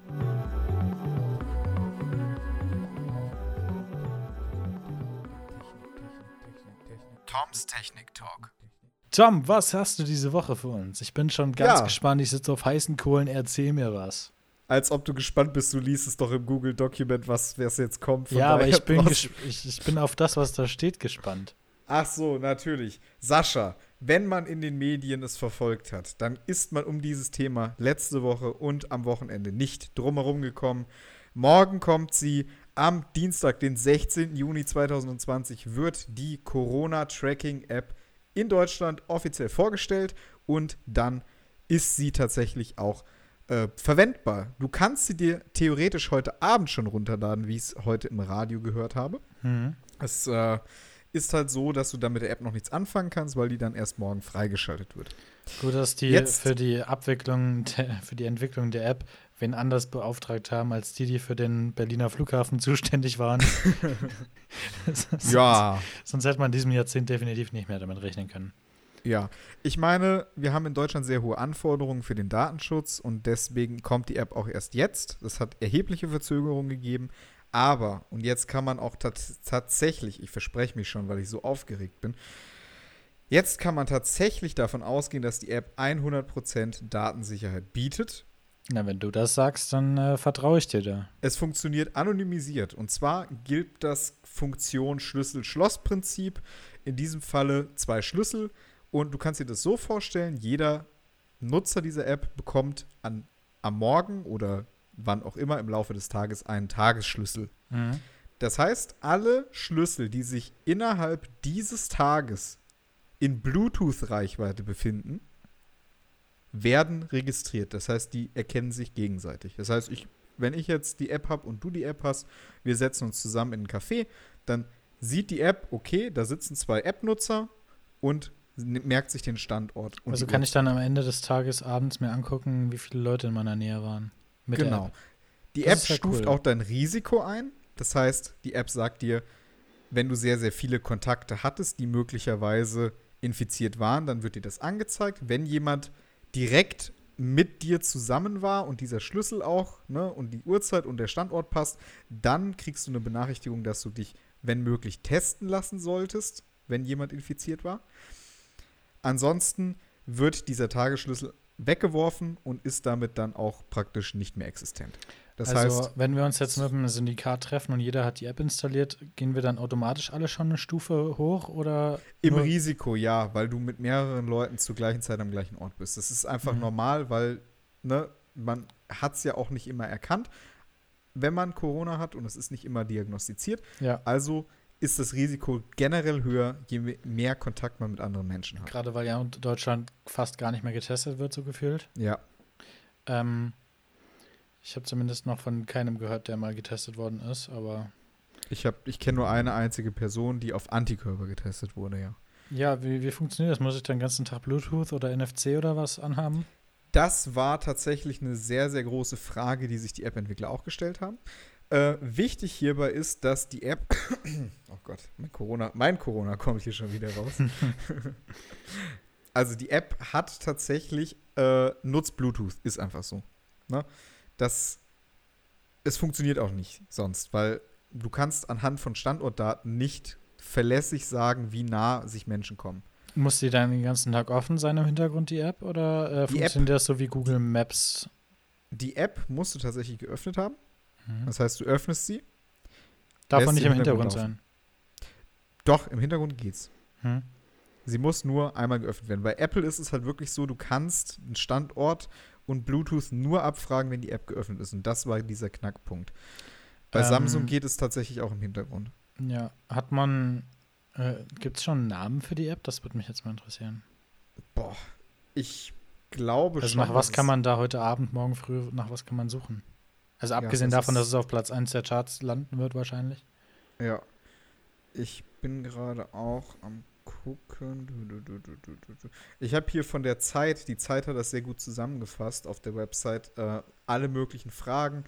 Toms Technik Talk. Tom, was hast du diese Woche für uns? Ich bin schon ganz Ja. gespannt. Ich sitze auf heißen Kohlen. Erzähl mir was. Als ob du gespannt bist, du liest es doch im Google Document, was jetzt kommt. Von Ja, aber daher ich bin, brauchst- ich bin auf das, was da steht, gespannt. Ach so, natürlich. Sascha, wenn man in den Medien es verfolgt hat, dann ist man um dieses Thema letzte Woche und am Wochenende nicht drumherum gekommen. Morgen kommt sie. Am Dienstag, den 16. Juni 2020, wird die Corona-Tracking-App in Deutschland offiziell vorgestellt und dann ist sie tatsächlich auch verwendbar. Du kannst sie dir theoretisch heute Abend schon runterladen, wie ich es heute im Radio gehört habe. Mhm. Es ist halt so, dass du dann mit der App noch nichts anfangen kannst, weil die dann erst morgen freigeschaltet wird. Gut, dass die Jetzt- für die für die Entwicklung der App wen anders beauftragt haben, als die für den Berliner Flughafen zuständig waren. Ja. Sonst hätte man in diesem Jahrzehnt definitiv nicht mehr damit rechnen können. Ja, ich meine, wir haben in Deutschland sehr hohe Anforderungen für den Datenschutz und deswegen kommt die App auch erst jetzt. Das hat erhebliche Verzögerungen gegeben, aber, und jetzt kann man auch tatsächlich, ich verspreche mich schon, weil ich so aufgeregt bin, jetzt kann man tatsächlich davon ausgehen, dass die App 100% Datensicherheit bietet. Na, wenn du das sagst, dann vertraue ich dir da. Es funktioniert anonymisiert und zwar gilt das Funktion-Schlüssel-Schloss-Prinzip. In diesem Falle 2 Schlüssel. Und du kannst dir das so vorstellen, jeder Nutzer dieser App bekommt am Morgen oder wann auch immer im Laufe des Tages einen Tagesschlüssel. Mhm. Das heißt, alle Schlüssel, die sich innerhalb dieses Tages in Bluetooth-Reichweite befinden, werden registriert. Das heißt, die erkennen sich gegenseitig. Das heißt, wenn ich jetzt die App habe und du die App hast, wir setzen uns zusammen in einen Café, dann sieht die App, okay, da sitzen 2 App-Nutzer und merkt sich den Standort. Und Also die kann ich dann am Ende des Tages abends mir angucken, wie viele Leute in meiner Nähe waren. Mit der Genau. App. Die Das App ist ja stuft cool. auch dein Risiko ein. Das heißt, die App sagt dir, wenn du sehr, sehr viele Kontakte hattest, die möglicherweise infiziert waren, dann wird dir das angezeigt. Wenn jemand direkt mit dir zusammen war und dieser Schlüssel auch, ne, und die Uhrzeit und der Standort passt, dann kriegst du eine Benachrichtigung, dass du dich, wenn möglich, testen lassen solltest, wenn jemand infiziert war. Ansonsten wird dieser Tagesschlüssel weggeworfen und ist damit dann auch praktisch nicht mehr existent. Das Also, heißt, wenn wir uns jetzt mit einem Syndikat treffen und jeder hat die App installiert, gehen wir dann automatisch alle schon eine Stufe hoch oder im nur- Risiko ja, weil du mit mehreren Leuten zur gleichen Zeit am gleichen Ort bist. Das ist einfach normal, weil man hat es ja auch nicht immer erkannt. wenn man Corona hat und es ist nicht immer diagnostiziert. Ja. Also ist das Risiko generell höher, je mehr Kontakt man mit anderen Menschen hat. Gerade weil ja in Deutschland fast gar nicht mehr getestet wird, so gefühlt. Ja. Ich habe zumindest noch von keinem gehört, der mal getestet worden ist, aber Ich kenne nur eine einzige Person, die auf Antikörper getestet wurde, ja. ja, wie funktioniert das? Muss ich den ganzen Tag Bluetooth oder NFC oder was anhaben? Das war tatsächlich eine sehr, sehr große Frage, die sich die App-Entwickler auch gestellt haben. Wichtig hierbei ist, dass die App, oh Gott, mein Corona kommt hier schon wieder raus. Also die App hat tatsächlich, nutzt Bluetooth, ist einfach so. Ne? Es funktioniert auch nicht sonst, weil du kannst anhand von Standortdaten nicht verlässlich sagen, wie nah sich Menschen kommen. Muss die dann den ganzen Tag offen sein im Hintergrund, die App? Oder funktioniert das so wie Google Maps? Die App musst du tatsächlich geöffnet haben. Mhm. Das heißt, du öffnest sie. Darf lässt man nicht sie im Hintergrund sein? Doch, im Hintergrund geht's. Hm? Sie muss nur einmal geöffnet werden. Bei Apple ist es halt wirklich so, du kannst einen Standort und Bluetooth nur abfragen, wenn die App geöffnet ist. Und das war dieser Knackpunkt. Bei Samsung geht es tatsächlich auch im Hintergrund. Ja, gibt es schon einen Namen für die App? Das würde mich jetzt mal interessieren. Boah, ich glaube Also schon. nach was kann man da heute Abend, morgen früh, nach was kann man suchen? Also abgesehen davon, dass es auf Platz 1 der Charts landen wird wahrscheinlich. Ja. Ich bin gerade auch am gucken. Ich habe hier von der Zeit, die Zeit hat das sehr gut zusammengefasst auf der Website, alle möglichen Fragen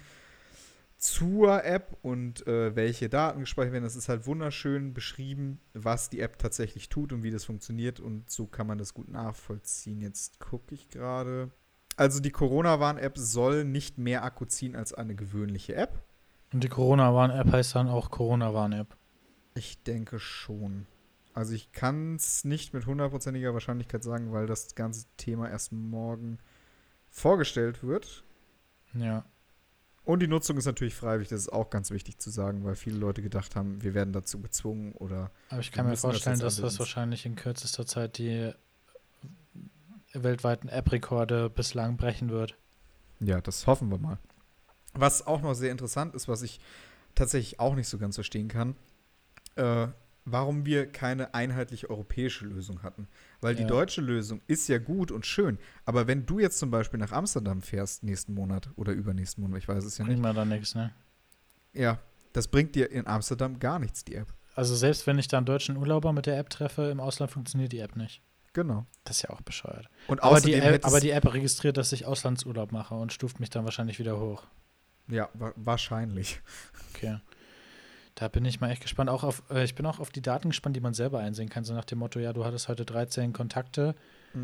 zur App und welche Daten gespeichert werden. Das ist halt wunderschön beschrieben, was die App tatsächlich tut und wie das funktioniert und so kann man das gut nachvollziehen. Jetzt gucke ich gerade. Also die Corona-Warn-App soll nicht mehr Akku ziehen als eine gewöhnliche App. Und die Corona-Warn-App heißt dann auch Corona-Warn-App. Ich denke schon. Also ich kann es nicht mit 100%iger Wahrscheinlichkeit sagen, weil das ganze Thema erst morgen vorgestellt wird. Ja. Und die Nutzung ist natürlich freiwillig, das ist auch ganz wichtig zu sagen, weil viele Leute gedacht haben, wir werden dazu gezwungen oder. Aber ich kann mir vorstellen, dass das wahrscheinlich in kürzester Zeit die weltweiten App-Rekorde bislang brechen wird. Ja, das hoffen wir mal. Was auch noch sehr interessant ist, was ich tatsächlich auch nicht so ganz verstehen kann, warum wir keine einheitliche europäische Lösung hatten. Weil die deutsche Lösung ist ja gut und schön, aber wenn du jetzt zum Beispiel nach Amsterdam fährst nächsten Monat oder übernächsten Monat, ich weiß es ja nicht. Bringt mir da nichts, ne? Ja, das bringt dir in Amsterdam gar nichts, die App. Also selbst wenn ich da einen deutschen Urlauber mit der App treffe, im Ausland funktioniert die App nicht. Genau. Das ist ja auch bescheuert. Und aber die App registriert, dass ich Auslandsurlaub mache und stuft mich dann wahrscheinlich wieder hoch. Ja, wahrscheinlich. Okay. Da bin ich mal echt gespannt. Ich bin auch auf die Daten gespannt, die man selber einsehen kann. So nach dem Motto, ja, du hattest heute 13 Kontakte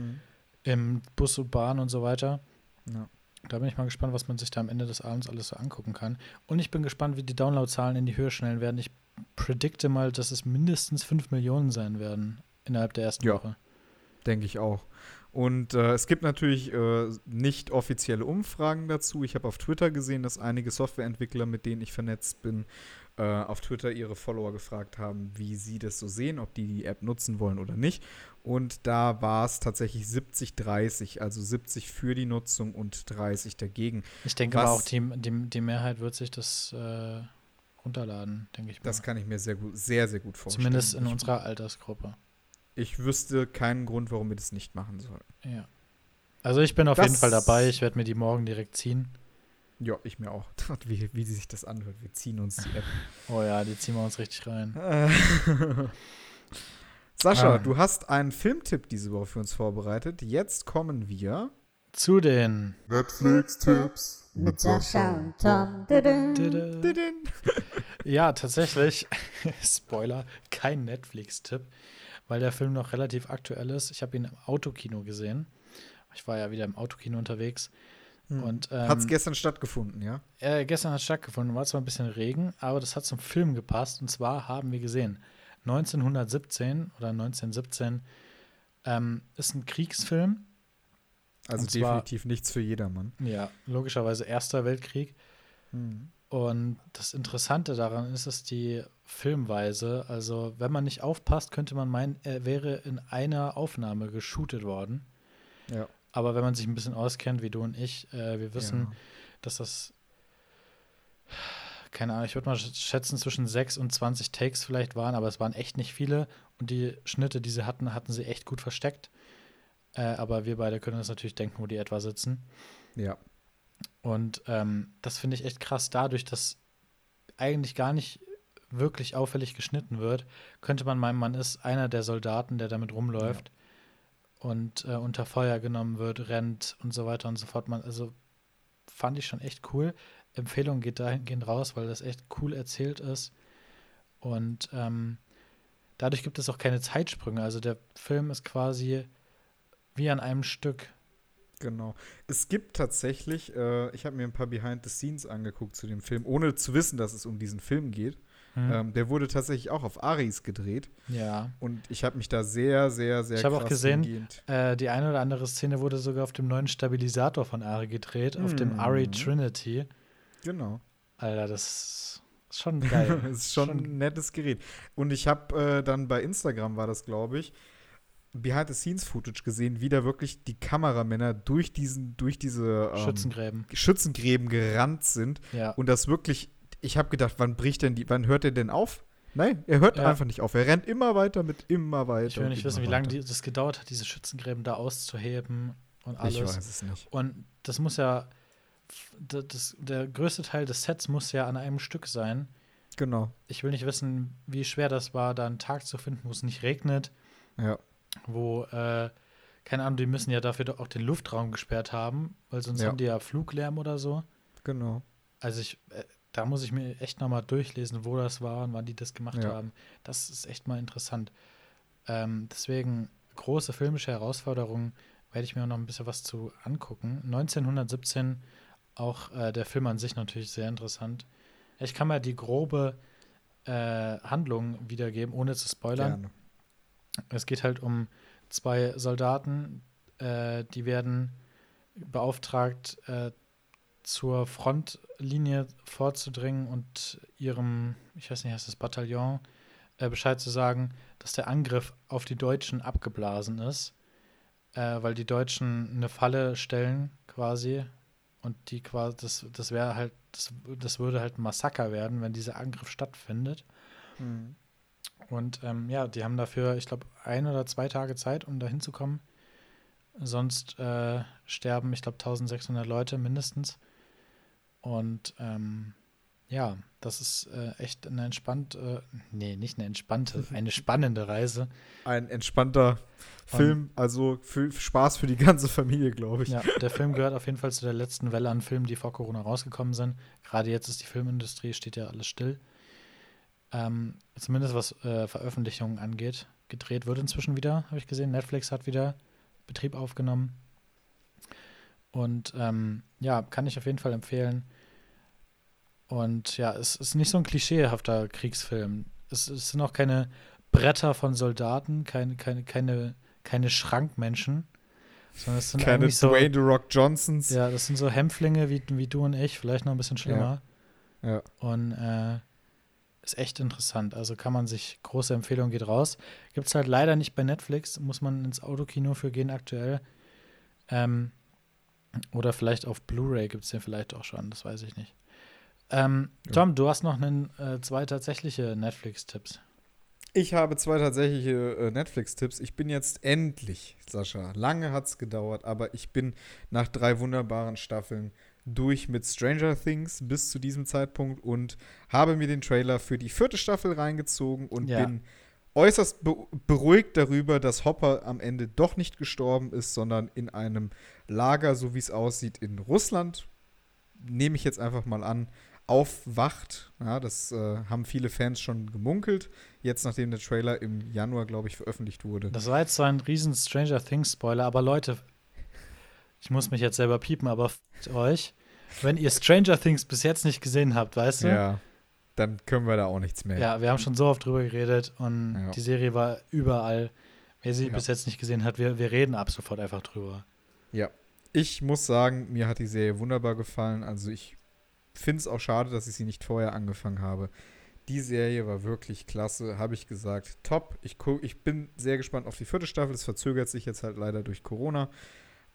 im Bus und Bahn und so weiter. Ja. Da bin ich mal gespannt, was man sich da am Ende des Abends alles so angucken kann. Und ich bin gespannt, wie die Downloadzahlen in die Höhe schnellen werden. Ich predikte mal, dass es mindestens 5 Millionen sein werden innerhalb der ersten Woche. Denke ich auch. Und es gibt natürlich nicht offizielle Umfragen dazu. Ich habe auf Twitter gesehen, dass einige Softwareentwickler, mit denen ich vernetzt bin, auf Twitter ihre Follower gefragt haben, wie sie das so sehen, ob die App nutzen wollen oder nicht. Und da war es tatsächlich 70-30, also 70 für die Nutzung und 30 dagegen. Ich denke aber auch, die Mehrheit wird sich das runterladen, denke ich mal. Das kann ich mir sehr, sehr gut vorstellen. Zumindest in unserer Altersgruppe. Ich wüsste keinen Grund, warum wir das nicht machen sollten. Ja. Also ich bin auf jeden Fall dabei. Ich werde mir die morgen direkt ziehen. Ja, ich mir auch. Wie sich das anhört. Wir ziehen uns die App. Oh ja, die ziehen wir uns richtig rein. Sascha, du hast einen Filmtipp diese Woche für uns vorbereitet. Jetzt kommen wir zu den Netflix-Tipps mit Sascha und Tom. Ja, tatsächlich, Spoiler, kein Netflix-Tipp, weil der Film noch relativ aktuell ist. Ich habe ihn im Autokino gesehen. Ich war ja wieder im Autokino unterwegs. Hat es gestern stattgefunden, ja? Gestern hat es stattgefunden. War zwar ein bisschen Regen, aber das hat zum Film gepasst. Und zwar haben wir gesehen, 1917 ist ein Kriegsfilm. Also und definitiv nichts für jedermann. Ja, logischerweise Erster Weltkrieg. Und das Interessante daran ist die Filmweise. Also wenn man nicht aufpasst, könnte man meinen, er wäre in einer Aufnahme geshootet worden. Ja. Aber wenn man sich ein bisschen auskennt, wie du und ich, wir wissen, dass das keine Ahnung, ich würde mal schätzen, zwischen 6 und 20 Takes vielleicht waren, aber es waren echt nicht viele. Und die Schnitte, die sie hatten sie echt gut versteckt. Aber wir beide können uns natürlich denken, wo die etwa sitzen. Ja. Und das finde ich echt krass. Dadurch, dass eigentlich gar nicht wirklich auffällig geschnitten wird, könnte man meinen, man ist einer der Soldaten, der damit rumläuft und unter Feuer genommen wird, rennt und so weiter und so fort. Also fand ich schon echt cool. Empfehlung geht dahingehend raus, weil das echt cool erzählt ist. Und dadurch gibt es auch keine Zeitsprünge. Also der Film ist quasi wie an einem Stück. Genau. Es gibt tatsächlich, ich habe mir ein paar Behind the Scenes angeguckt zu dem Film, ohne zu wissen, dass es um diesen Film geht. Der wurde tatsächlich auch auf Aris gedreht. Ja. Und ich habe mich da sehr, sehr, sehr Ich habe auch gesehen, hingehend- die eine oder andere Szene wurde sogar auf dem neuen Stabilisator von Ari gedreht, auf dem Ari Trinity. Genau. Alter, das ist schon geil. Das ist schon ein nettes Gerät. Und ich habe dann bei Instagram, war das, glaube ich, Behind-the-Scenes-Footage gesehen, wie da wirklich die Kameramänner durch diese Schützengräben gerannt sind. Ja. Und das wirklich, ich habe gedacht, wann hört er denn auf? Nein, er hört einfach nicht auf. Er rennt immer weiter mit immer weiter. Ich will nicht wissen, wie lange das gedauert hat, diese Schützengräben da auszuheben und alles. Ich weiß es nicht. Und das muss ja, der größte Teil des Sets muss ja an einem Stück sein. Genau. Ich will nicht wissen, wie schwer das war, da einen Tag zu finden, wo es nicht regnet. Ja. Wo, keine Ahnung, die müssen ja dafür doch auch den Luftraum gesperrt haben, weil sonst haben die ja Fluglärm oder so. Genau. Also da muss ich mir echt nochmal durchlesen, wo das war und wann die das gemacht haben. Das ist echt mal interessant. Deswegen große filmische Herausforderungen, werde ich mir auch noch ein bisschen was zu angucken. 1917, auch der Film an sich natürlich sehr interessant. Ich kann mal die grobe Handlung wiedergeben, ohne zu spoilern. Gerne. Es geht halt um 2 Soldaten, die werden beauftragt, zur Frontlinie vorzudringen und ihrem, ich weiß nicht, heißt das Bataillon, Bescheid zu sagen, dass der Angriff auf die Deutschen abgeblasen ist, weil die Deutschen eine Falle stellen quasi und die quasi, das wäre halt, das würde halt ein Massaker werden, wenn dieser Angriff stattfindet. Mhm. Und die haben dafür, ich glaube, 1 oder 2 Tage Zeit, um da hinzukommen. Sonst sterben, ich glaube, 1600 Leute mindestens. Und das ist echt eine eine spannende Reise. Ein entspannter Film, also für Spaß für die ganze Familie, glaube ich. Ja, der Film gehört auf jeden Fall zu der letzten Welle an Filmen, die vor Corona rausgekommen sind. Gerade jetzt ist die Filmindustrie, steht ja alles still. Zumindest was Veröffentlichungen angeht. Gedreht wird inzwischen wieder, habe ich gesehen. Netflix hat wieder Betrieb aufgenommen. Und kann ich auf jeden Fall empfehlen. Und ja, es ist nicht so ein klischeehafter Kriegsfilm. Es sind auch keine Bretter von Soldaten, keine Schrankmenschen. Sondern es sind keine eigentlich so, Dwayne The Rock Johnsons. Ja, das sind so Hämpflinge wie du und ich, vielleicht noch ein bisschen schlimmer. Ja. Und ist echt interessant. Also kann man sich, große Empfehlung geht raus. Gibt es halt leider nicht bei Netflix, muss man ins Autokino für gehen aktuell. Oder vielleicht auf Blu-ray gibt es den vielleicht auch schon, das weiß ich nicht. Tom, du hast noch 2 tatsächliche Netflix-Tipps. Ich habe 2 tatsächliche Netflix-Tipps. Ich bin jetzt endlich, Sascha, lange hat es gedauert, aber ich bin nach 3 wunderbaren Staffeln durch mit Stranger Things bis zu diesem Zeitpunkt und habe mir den Trailer für die 4. Staffel reingezogen und bin äußerst beruhigt darüber, dass Hopper am Ende doch nicht gestorben ist, sondern in einem Lager, so wie es aussieht, in Russland, nehme ich jetzt einfach mal an, aufwacht. Ja, das haben viele Fans schon gemunkelt, jetzt nachdem der Trailer im Januar, glaube ich, veröffentlicht wurde. Das war jetzt zwar ein riesen Stranger Things Spoiler, aber Leute, ich muss mich jetzt selber piepen, aber euch, wenn ihr Stranger Things bis jetzt nicht gesehen habt, weißt du? Ja, dann können wir da auch nichts mehr. Ja, wir haben schon so oft drüber geredet und die Serie war überall. Wer sie bis jetzt nicht gesehen hat, wir reden ab sofort einfach drüber. Ja, ich muss sagen, mir hat die Serie wunderbar gefallen. Also ich finde es auch schade, dass ich sie nicht vorher angefangen habe. Die Serie war wirklich klasse, habe ich gesagt. Top. Ich bin sehr gespannt auf die 4. Staffel. Es verzögert sich jetzt halt leider durch Corona.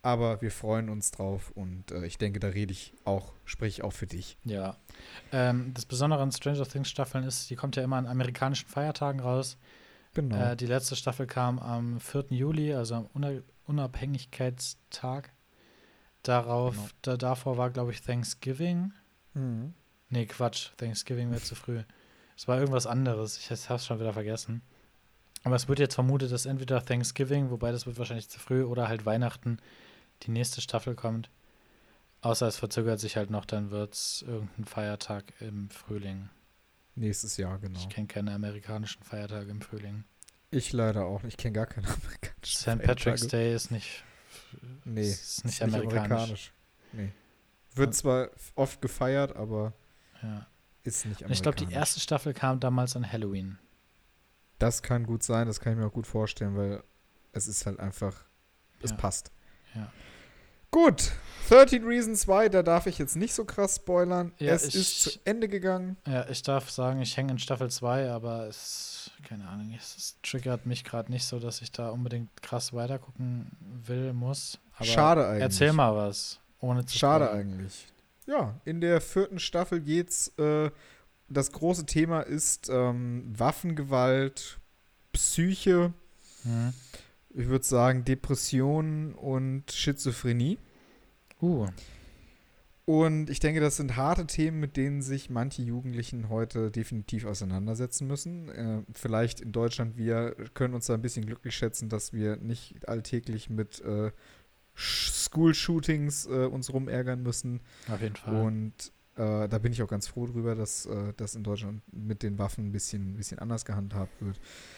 Aber wir freuen uns drauf und ich denke, da spreche ich auch für dich. Ja. Das Besondere an Stranger Things Staffeln ist, die kommt ja immer an amerikanischen Feiertagen raus. Genau. Die letzte Staffel kam am 4. Juli, also am Unabhängigkeitstag. Davor war, glaube ich, Thanksgiving. Mhm. Nee, Quatsch. Thanksgiving wäre zu früh. Es war irgendwas anderes. Ich habe es schon wieder vergessen. Aber es wird jetzt vermutet, dass entweder Thanksgiving, wobei das wird wahrscheinlich zu früh, oder halt Weihnachten die nächste Staffel kommt. Außer es verzögert sich halt noch, dann wird es irgendein Feiertag im Frühling. Nächstes Jahr, genau. Ich kenne keine amerikanischen Feiertage im Frühling. Ich leider auch nicht. Ich kenne gar keine amerikanischen St. Patrick's Day ist nicht, Nee, ist nicht amerikanisch. Nee. Wird zwar oft gefeiert, aber Ja. ist nicht Und amerikanisch. ich glaube, die erste Staffel kam damals an Halloween. Das kann gut sein, das kann ich mir auch gut vorstellen, weil es ist halt einfach, es Ja. passt. Ja. Gut, 13 Reasons Why, da darf ich jetzt nicht so krass spoilern. Ja, Es ist zu Ende gegangen. Ja, ich darf sagen, ich hänge in Staffel 2, aber keine Ahnung, es triggert mich gerade nicht so, dass ich da unbedingt krass weitergucken will, muss. Aber Schade eigentlich. erzähl mal was, ohne zu Schade spoilern. eigentlich. Ja, in der 4. Staffel geht's, das große Thema ist Waffengewalt, Psyche, Mhm. ich würde sagen Depressionen und Schizophrenie. Und ich denke, das sind harte Themen, mit denen sich manche Jugendlichen heute definitiv auseinandersetzen müssen. Vielleicht in Deutschland, wir können uns da ein bisschen glücklich schätzen, dass wir nicht alltäglich mit School-Shootings uns rumärgern müssen. Auf jeden Fall. Und da bin ich auch ganz froh drüber, dass das in Deutschland mit den Waffen ein bisschen anders gehandhabt wird.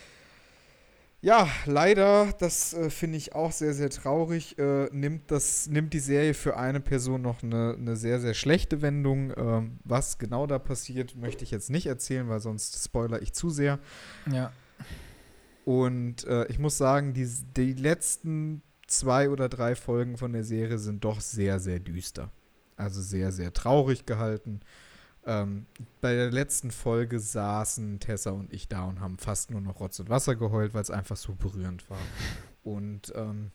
Ja, leider, das finde ich auch sehr, sehr traurig, nimmt die Serie für eine Person noch eine sehr, sehr schlechte Wendung. Was genau da passiert, möchte ich jetzt nicht erzählen, weil sonst spoilere ich zu sehr. Ja. Und ich muss sagen, die letzten 2 oder 3 Folgen von der Serie sind doch sehr, sehr düster. Also sehr, sehr traurig gehalten. Bei der letzten Folge saßen Tessa und ich da und haben fast nur noch Rotz und Wasser geheult, weil es einfach so berührend war. Und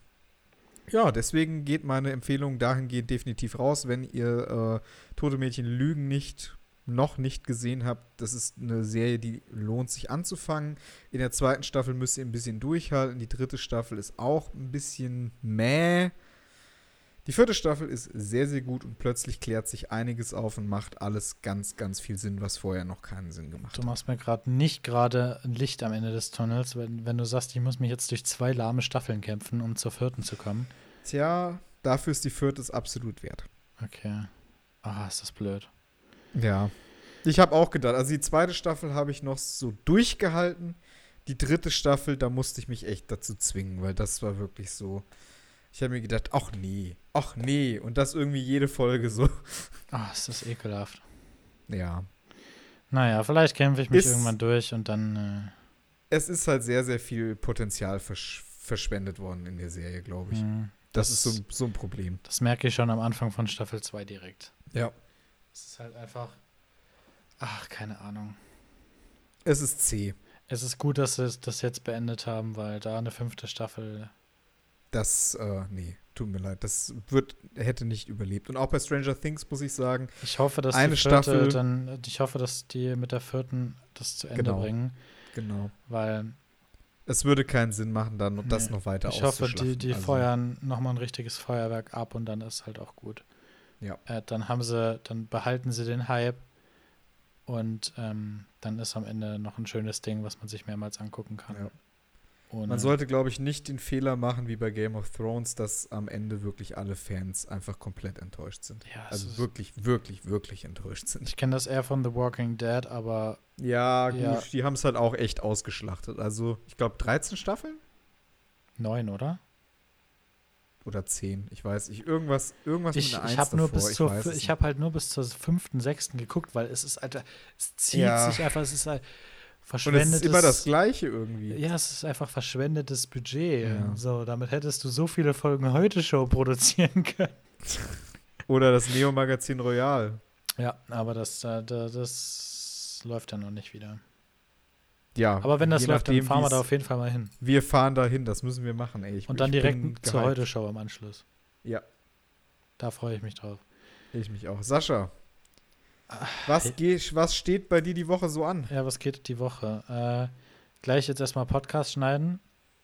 ja, deswegen geht meine Empfehlung dahingehend definitiv raus, wenn ihr Tote Mädchen Lügen noch nicht gesehen habt. Das ist eine Serie, die lohnt sich anzufangen. In der 2. Staffel müsst ihr ein bisschen durchhalten. Die 3. Staffel ist auch ein bisschen mäh. Die 4. Staffel ist sehr, sehr gut und plötzlich klärt sich einiges auf und macht alles ganz, ganz viel Sinn, was vorher noch keinen Sinn gemacht Du hat. machst mir gerade nicht ein Licht am Ende des Tunnels, wenn du sagst, ich muss mich jetzt durch 2 lahme Staffeln kämpfen, um zur 4. zu kommen. Tja, dafür ist die 4. absolut wert. Okay. Ah, ist das blöd. Ja. Ich habe auch gedacht, also die 2. Staffel habe ich noch so durchgehalten. Die 3. Staffel, da musste ich mich echt dazu zwingen, weil das war wirklich so. Ich habe mir gedacht, ach nee. Und das irgendwie jede Folge so. Ah, ist das ekelhaft. Ja. Naja, vielleicht kämpfe ich mich Ist- irgendwann durch und dann. Es ist halt sehr, sehr viel Potenzial verschwendet worden in der Serie, glaube ich. Das ist so ein Problem. Das merke ich schon am Anfang von Staffel 2 direkt. Ja. Es ist halt einfach. Ach, keine Ahnung. Es ist zäh. Es ist gut, dass sie das jetzt beendet haben, weil da eine 5. Staffel. Nee, tut mir leid. Das hätte nicht überlebt. Und auch bei Stranger Things muss ich sagen, Ich hoffe, dass Eine die 4. Staffel- ich hoffe, dass die mit der 4. das zu Ende Genau. bringen, genau. weil Es würde keinen Sinn machen, dann das Nee. noch weiter ich hoffe, auszuschlachten. die Also, feuern nochmal ein richtiges Feuerwerk ab und dann ist halt auch gut. Ja. Dann behalten sie den Hype und dann ist am Ende noch ein schönes Ding, was man sich mehrmals angucken kann. Ja. Ohne, Man sollte, glaube ich, nicht den Fehler machen wie bei Game of Thrones, dass am Ende wirklich alle Fans einfach komplett enttäuscht sind. Ja, es Also ist- wirklich, wirklich, wirklich enttäuscht sind. Ich kenne das eher von The Walking Dead, aber Ja, gut, Ja. die haben es halt auch echt ausgeschlachtet. Also, ich glaube, 13 Staffeln 9, oder? oder 10, ich weiß nicht. Irgendwas mit Ich einer 1 habe nur davor, weiß es ich habe halt nur bis zur 5., 6. geguckt, weil es ist, Alter, es zieht Ja. sich einfach, es ist halt Und es verschwendetes. ist immer das Gleiche irgendwie. Ja, es ist einfach verschwendetes Budget. Ja. So, damit hättest du so viele Folgen Heute-Show produzieren können. Oder das Neo-Magazin Royal. Ja, aber das läuft ja noch nicht wieder. Ja. Aber wenn das je läuft, dann nachdem, fahren wir da wie's- auf jeden Fall mal hin. Wir fahren da hin, das müssen wir machen, ey. Und dann ich direkt bin zur gehypt. Heute-Show am Anschluss. Ja. Da freue ich mich drauf. Ich mich auch. Sascha, was steht bei dir die Woche so an? Ja, was geht die Woche? Gleich jetzt erstmal Podcast schneiden.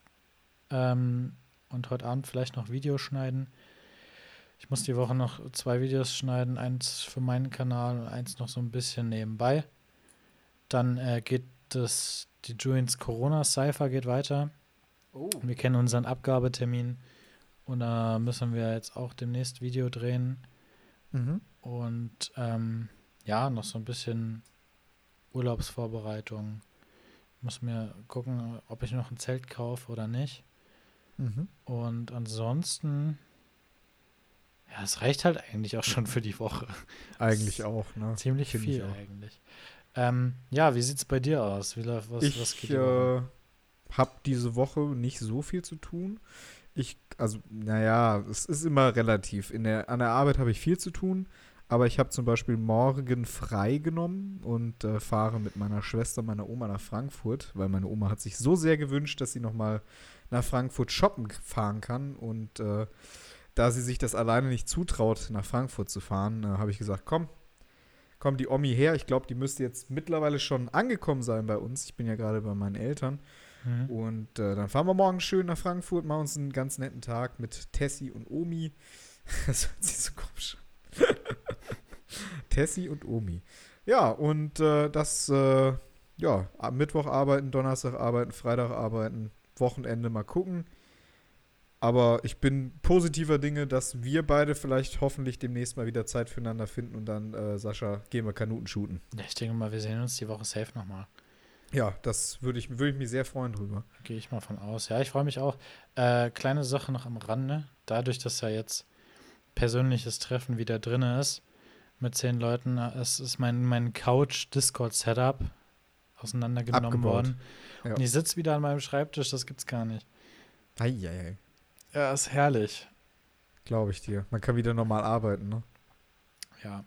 Und heute Abend vielleicht noch Videos schneiden. Ich muss die Woche noch 2 Videos schneiden. Eins für meinen Kanal und eins noch so ein bisschen nebenbei. Dann geht die Julians Corona-Cypher geht weiter. Oh. Wir kennen unseren Abgabetermin. Und da müssen wir jetzt auch demnächst Video drehen. Mhm. Und noch so ein bisschen Urlaubsvorbereitung. Ich muss mir gucken, ob ich noch ein Zelt kaufe oder nicht. Mhm. Und ansonsten, ja, es reicht halt eigentlich auch schon für die Woche. Eigentlich auch, ne? Ziemlich Find viel ich auch. eigentlich. Wie sieht es bei dir aus? Was geht Ich die Woche? habe diese Woche nicht so viel zu tun. Es ist immer relativ. An der Arbeit habe ich viel zu tun, aber ich habe zum Beispiel morgen frei genommen und fahre mit meiner Schwester, meiner Oma nach Frankfurt, weil meine Oma hat sich so sehr gewünscht, dass sie nochmal nach Frankfurt shoppen fahren kann. Und da sie sich das alleine nicht zutraut, nach Frankfurt zu fahren, habe ich gesagt, komm die Omi her. Ich glaube, die müsste jetzt mittlerweile schon angekommen sein bei uns. Ich bin ja gerade bei meinen Eltern. Mhm. Und dann fahren wir morgen schön nach Frankfurt, machen uns einen ganz netten Tag mit Tessie und Omi. Das hört sich so komisch an. Tessie und Omi. Ja, und am Mittwoch arbeiten, Donnerstag arbeiten, Freitag arbeiten, Wochenende mal gucken. Aber ich bin positiver Dinge, dass wir beide vielleicht hoffentlich demnächst mal wieder Zeit füreinander finden und dann, Sascha, gehen wir Kanuten shooten. Ja, ich denke mal, wir sehen uns die Woche safe nochmal. Ja, das würde ich mich sehr freuen drüber. Gehe ich mal von aus. Ja, ich freue mich auch. Kleine Sache noch am Rande. Dadurch, dass ja jetzt persönliches Treffen wieder drin ist mit 10 Leuten, es ist mein Couch-Discord-Setup auseinandergenommen Abgebaut. worden. Ja. Und ich sitze wieder an meinem Schreibtisch, das gibt's gar nicht. Eieiei. Ja, ist herrlich. Glaube ich dir. Man kann wieder normal arbeiten, ne? Ja,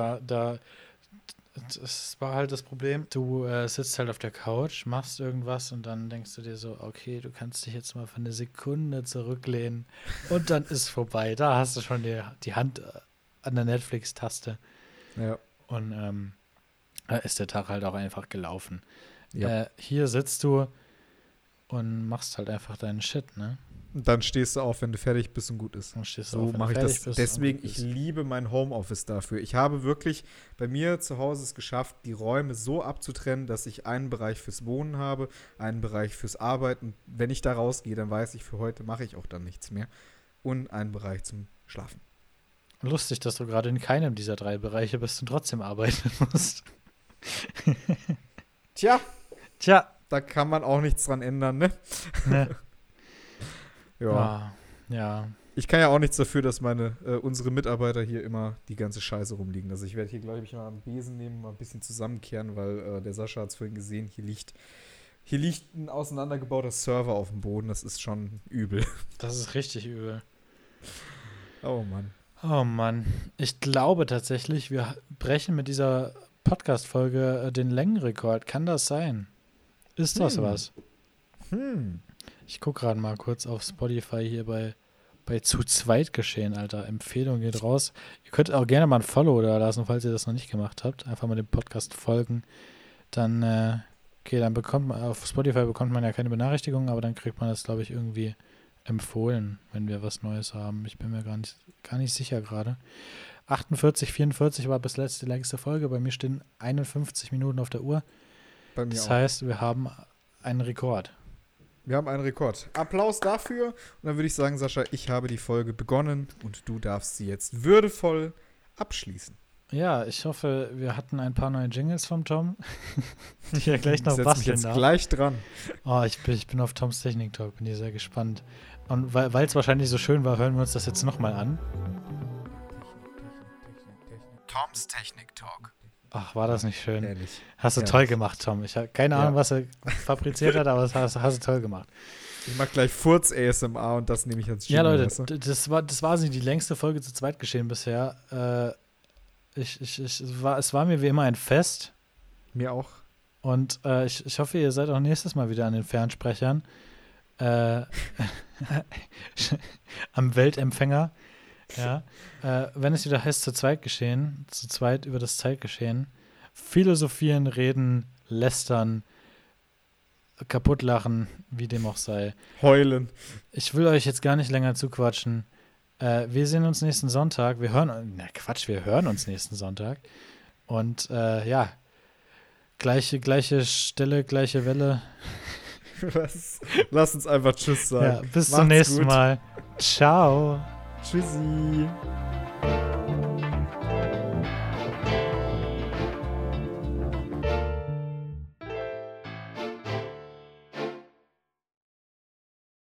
das war halt das Problem. Du sitzt halt auf der Couch, machst irgendwas und dann denkst du dir so, okay, du kannst dich jetzt mal für eine Sekunde zurücklehnen und dann ist vorbei. Da hast du schon die Hand an der Netflix-Taste Ja. und da ist der Tag halt auch einfach gelaufen. Ja. Hier sitzt du und machst halt einfach deinen Shit, ne? Und dann stehst du auf, wenn du fertig bist und gut ist. Dann stehst du So auf, wenn mache du ich fertig das. bist Deswegen, und gut ich ist. liebe mein Homeoffice dafür. Ich habe wirklich bei mir zu Hause es geschafft, die Räume so abzutrennen, dass ich einen Bereich fürs Wohnen habe, einen Bereich fürs Arbeiten. Wenn ich da rausgehe, dann weiß ich, für heute mache ich auch dann nichts mehr. Und einen Bereich zum Schlafen. Lustig, dass du gerade in keinem dieser 3 Bereiche bist und trotzdem arbeiten musst. Tja, Tja. da kann man auch nichts dran ändern, ne? Ne. Ja. Ja. Ich kann ja auch nichts dafür, dass unsere Mitarbeiter hier immer die ganze Scheiße rumliegen. Also ich werde hier, glaube ich, mal einen Besen nehmen, mal ein bisschen zusammenkehren, weil der Sascha hat es vorhin gesehen, hier liegt ein auseinandergebauter Server auf dem Boden. Das ist schon übel. Das ist richtig übel. Oh Mann. Oh Mann. Ich glaube tatsächlich, wir brechen mit dieser Podcast-Folge den Längenrekord. Kann das sein? Ist das was? Ich gucke gerade mal kurz auf Spotify hier bei Zu zweit geschehen, Alter. Empfehlung geht raus. Ihr könnt auch gerne mal ein Follow da lassen, falls ihr das noch nicht gemacht habt. Einfach mal dem Podcast folgen. Dann, dann bekommt man, auf Spotify bekommt man ja keine Benachrichtigungen, aber dann kriegt man das, glaube ich, irgendwie empfohlen, wenn wir was Neues haben. Ich bin mir gar nicht sicher gerade. 48, war bis die längste Folge. Bei mir stehen 51 Minuten auf der Uhr. Bei mir Das auch. heißt, wir haben einen Rekord. Wir haben einen Rekord. Applaus dafür. Und dann würde ich sagen, Sascha, ich habe die Folge begonnen und du darfst sie jetzt würdevoll abschließen. Ja, ich hoffe, wir hatten ein paar neue Jingles vom Tom, die er gleich noch Ich setz mich basteln jetzt darf. gleich dran. Oh, ich bin auf Toms Technik-Talk, bin hier sehr gespannt. Und weil es wahrscheinlich so schön war, hören wir uns das jetzt nochmal an. Toms Technik-Talk. Ach, war das nicht schön? Ehrlich. Hast du Ja. toll gemacht, Tom. Ich habe keine Ahnung, was er fabriziert hat, aber das hast du toll gemacht. Ich mach gleich Furz-ASMR und das nehme ich als Ja, Jingle, Leute, weißt du? das war die längste Folge zu zweit geschehen bisher. Es war mir wie immer ein Fest. Mir auch. Und ich hoffe, ihr seid auch nächstes Mal wieder an den Fernsprechern. Am Weltempfänger. Ja. Wenn es wieder heißt, zu zweit über das Zeitgeschehen, philosophieren, reden, lästern, kaputtlachen, wie dem auch sei. Heulen. Ich will euch jetzt gar nicht länger zuquatschen. Wir sehen uns nächsten Sonntag. Wir hören uns nächsten Sonntag. Und ja, gleiche Stelle, gleiche Welle. Lass uns einfach Tschüss sagen. Ja, bis zum nächsten Mal. Ciao. Tschüssi.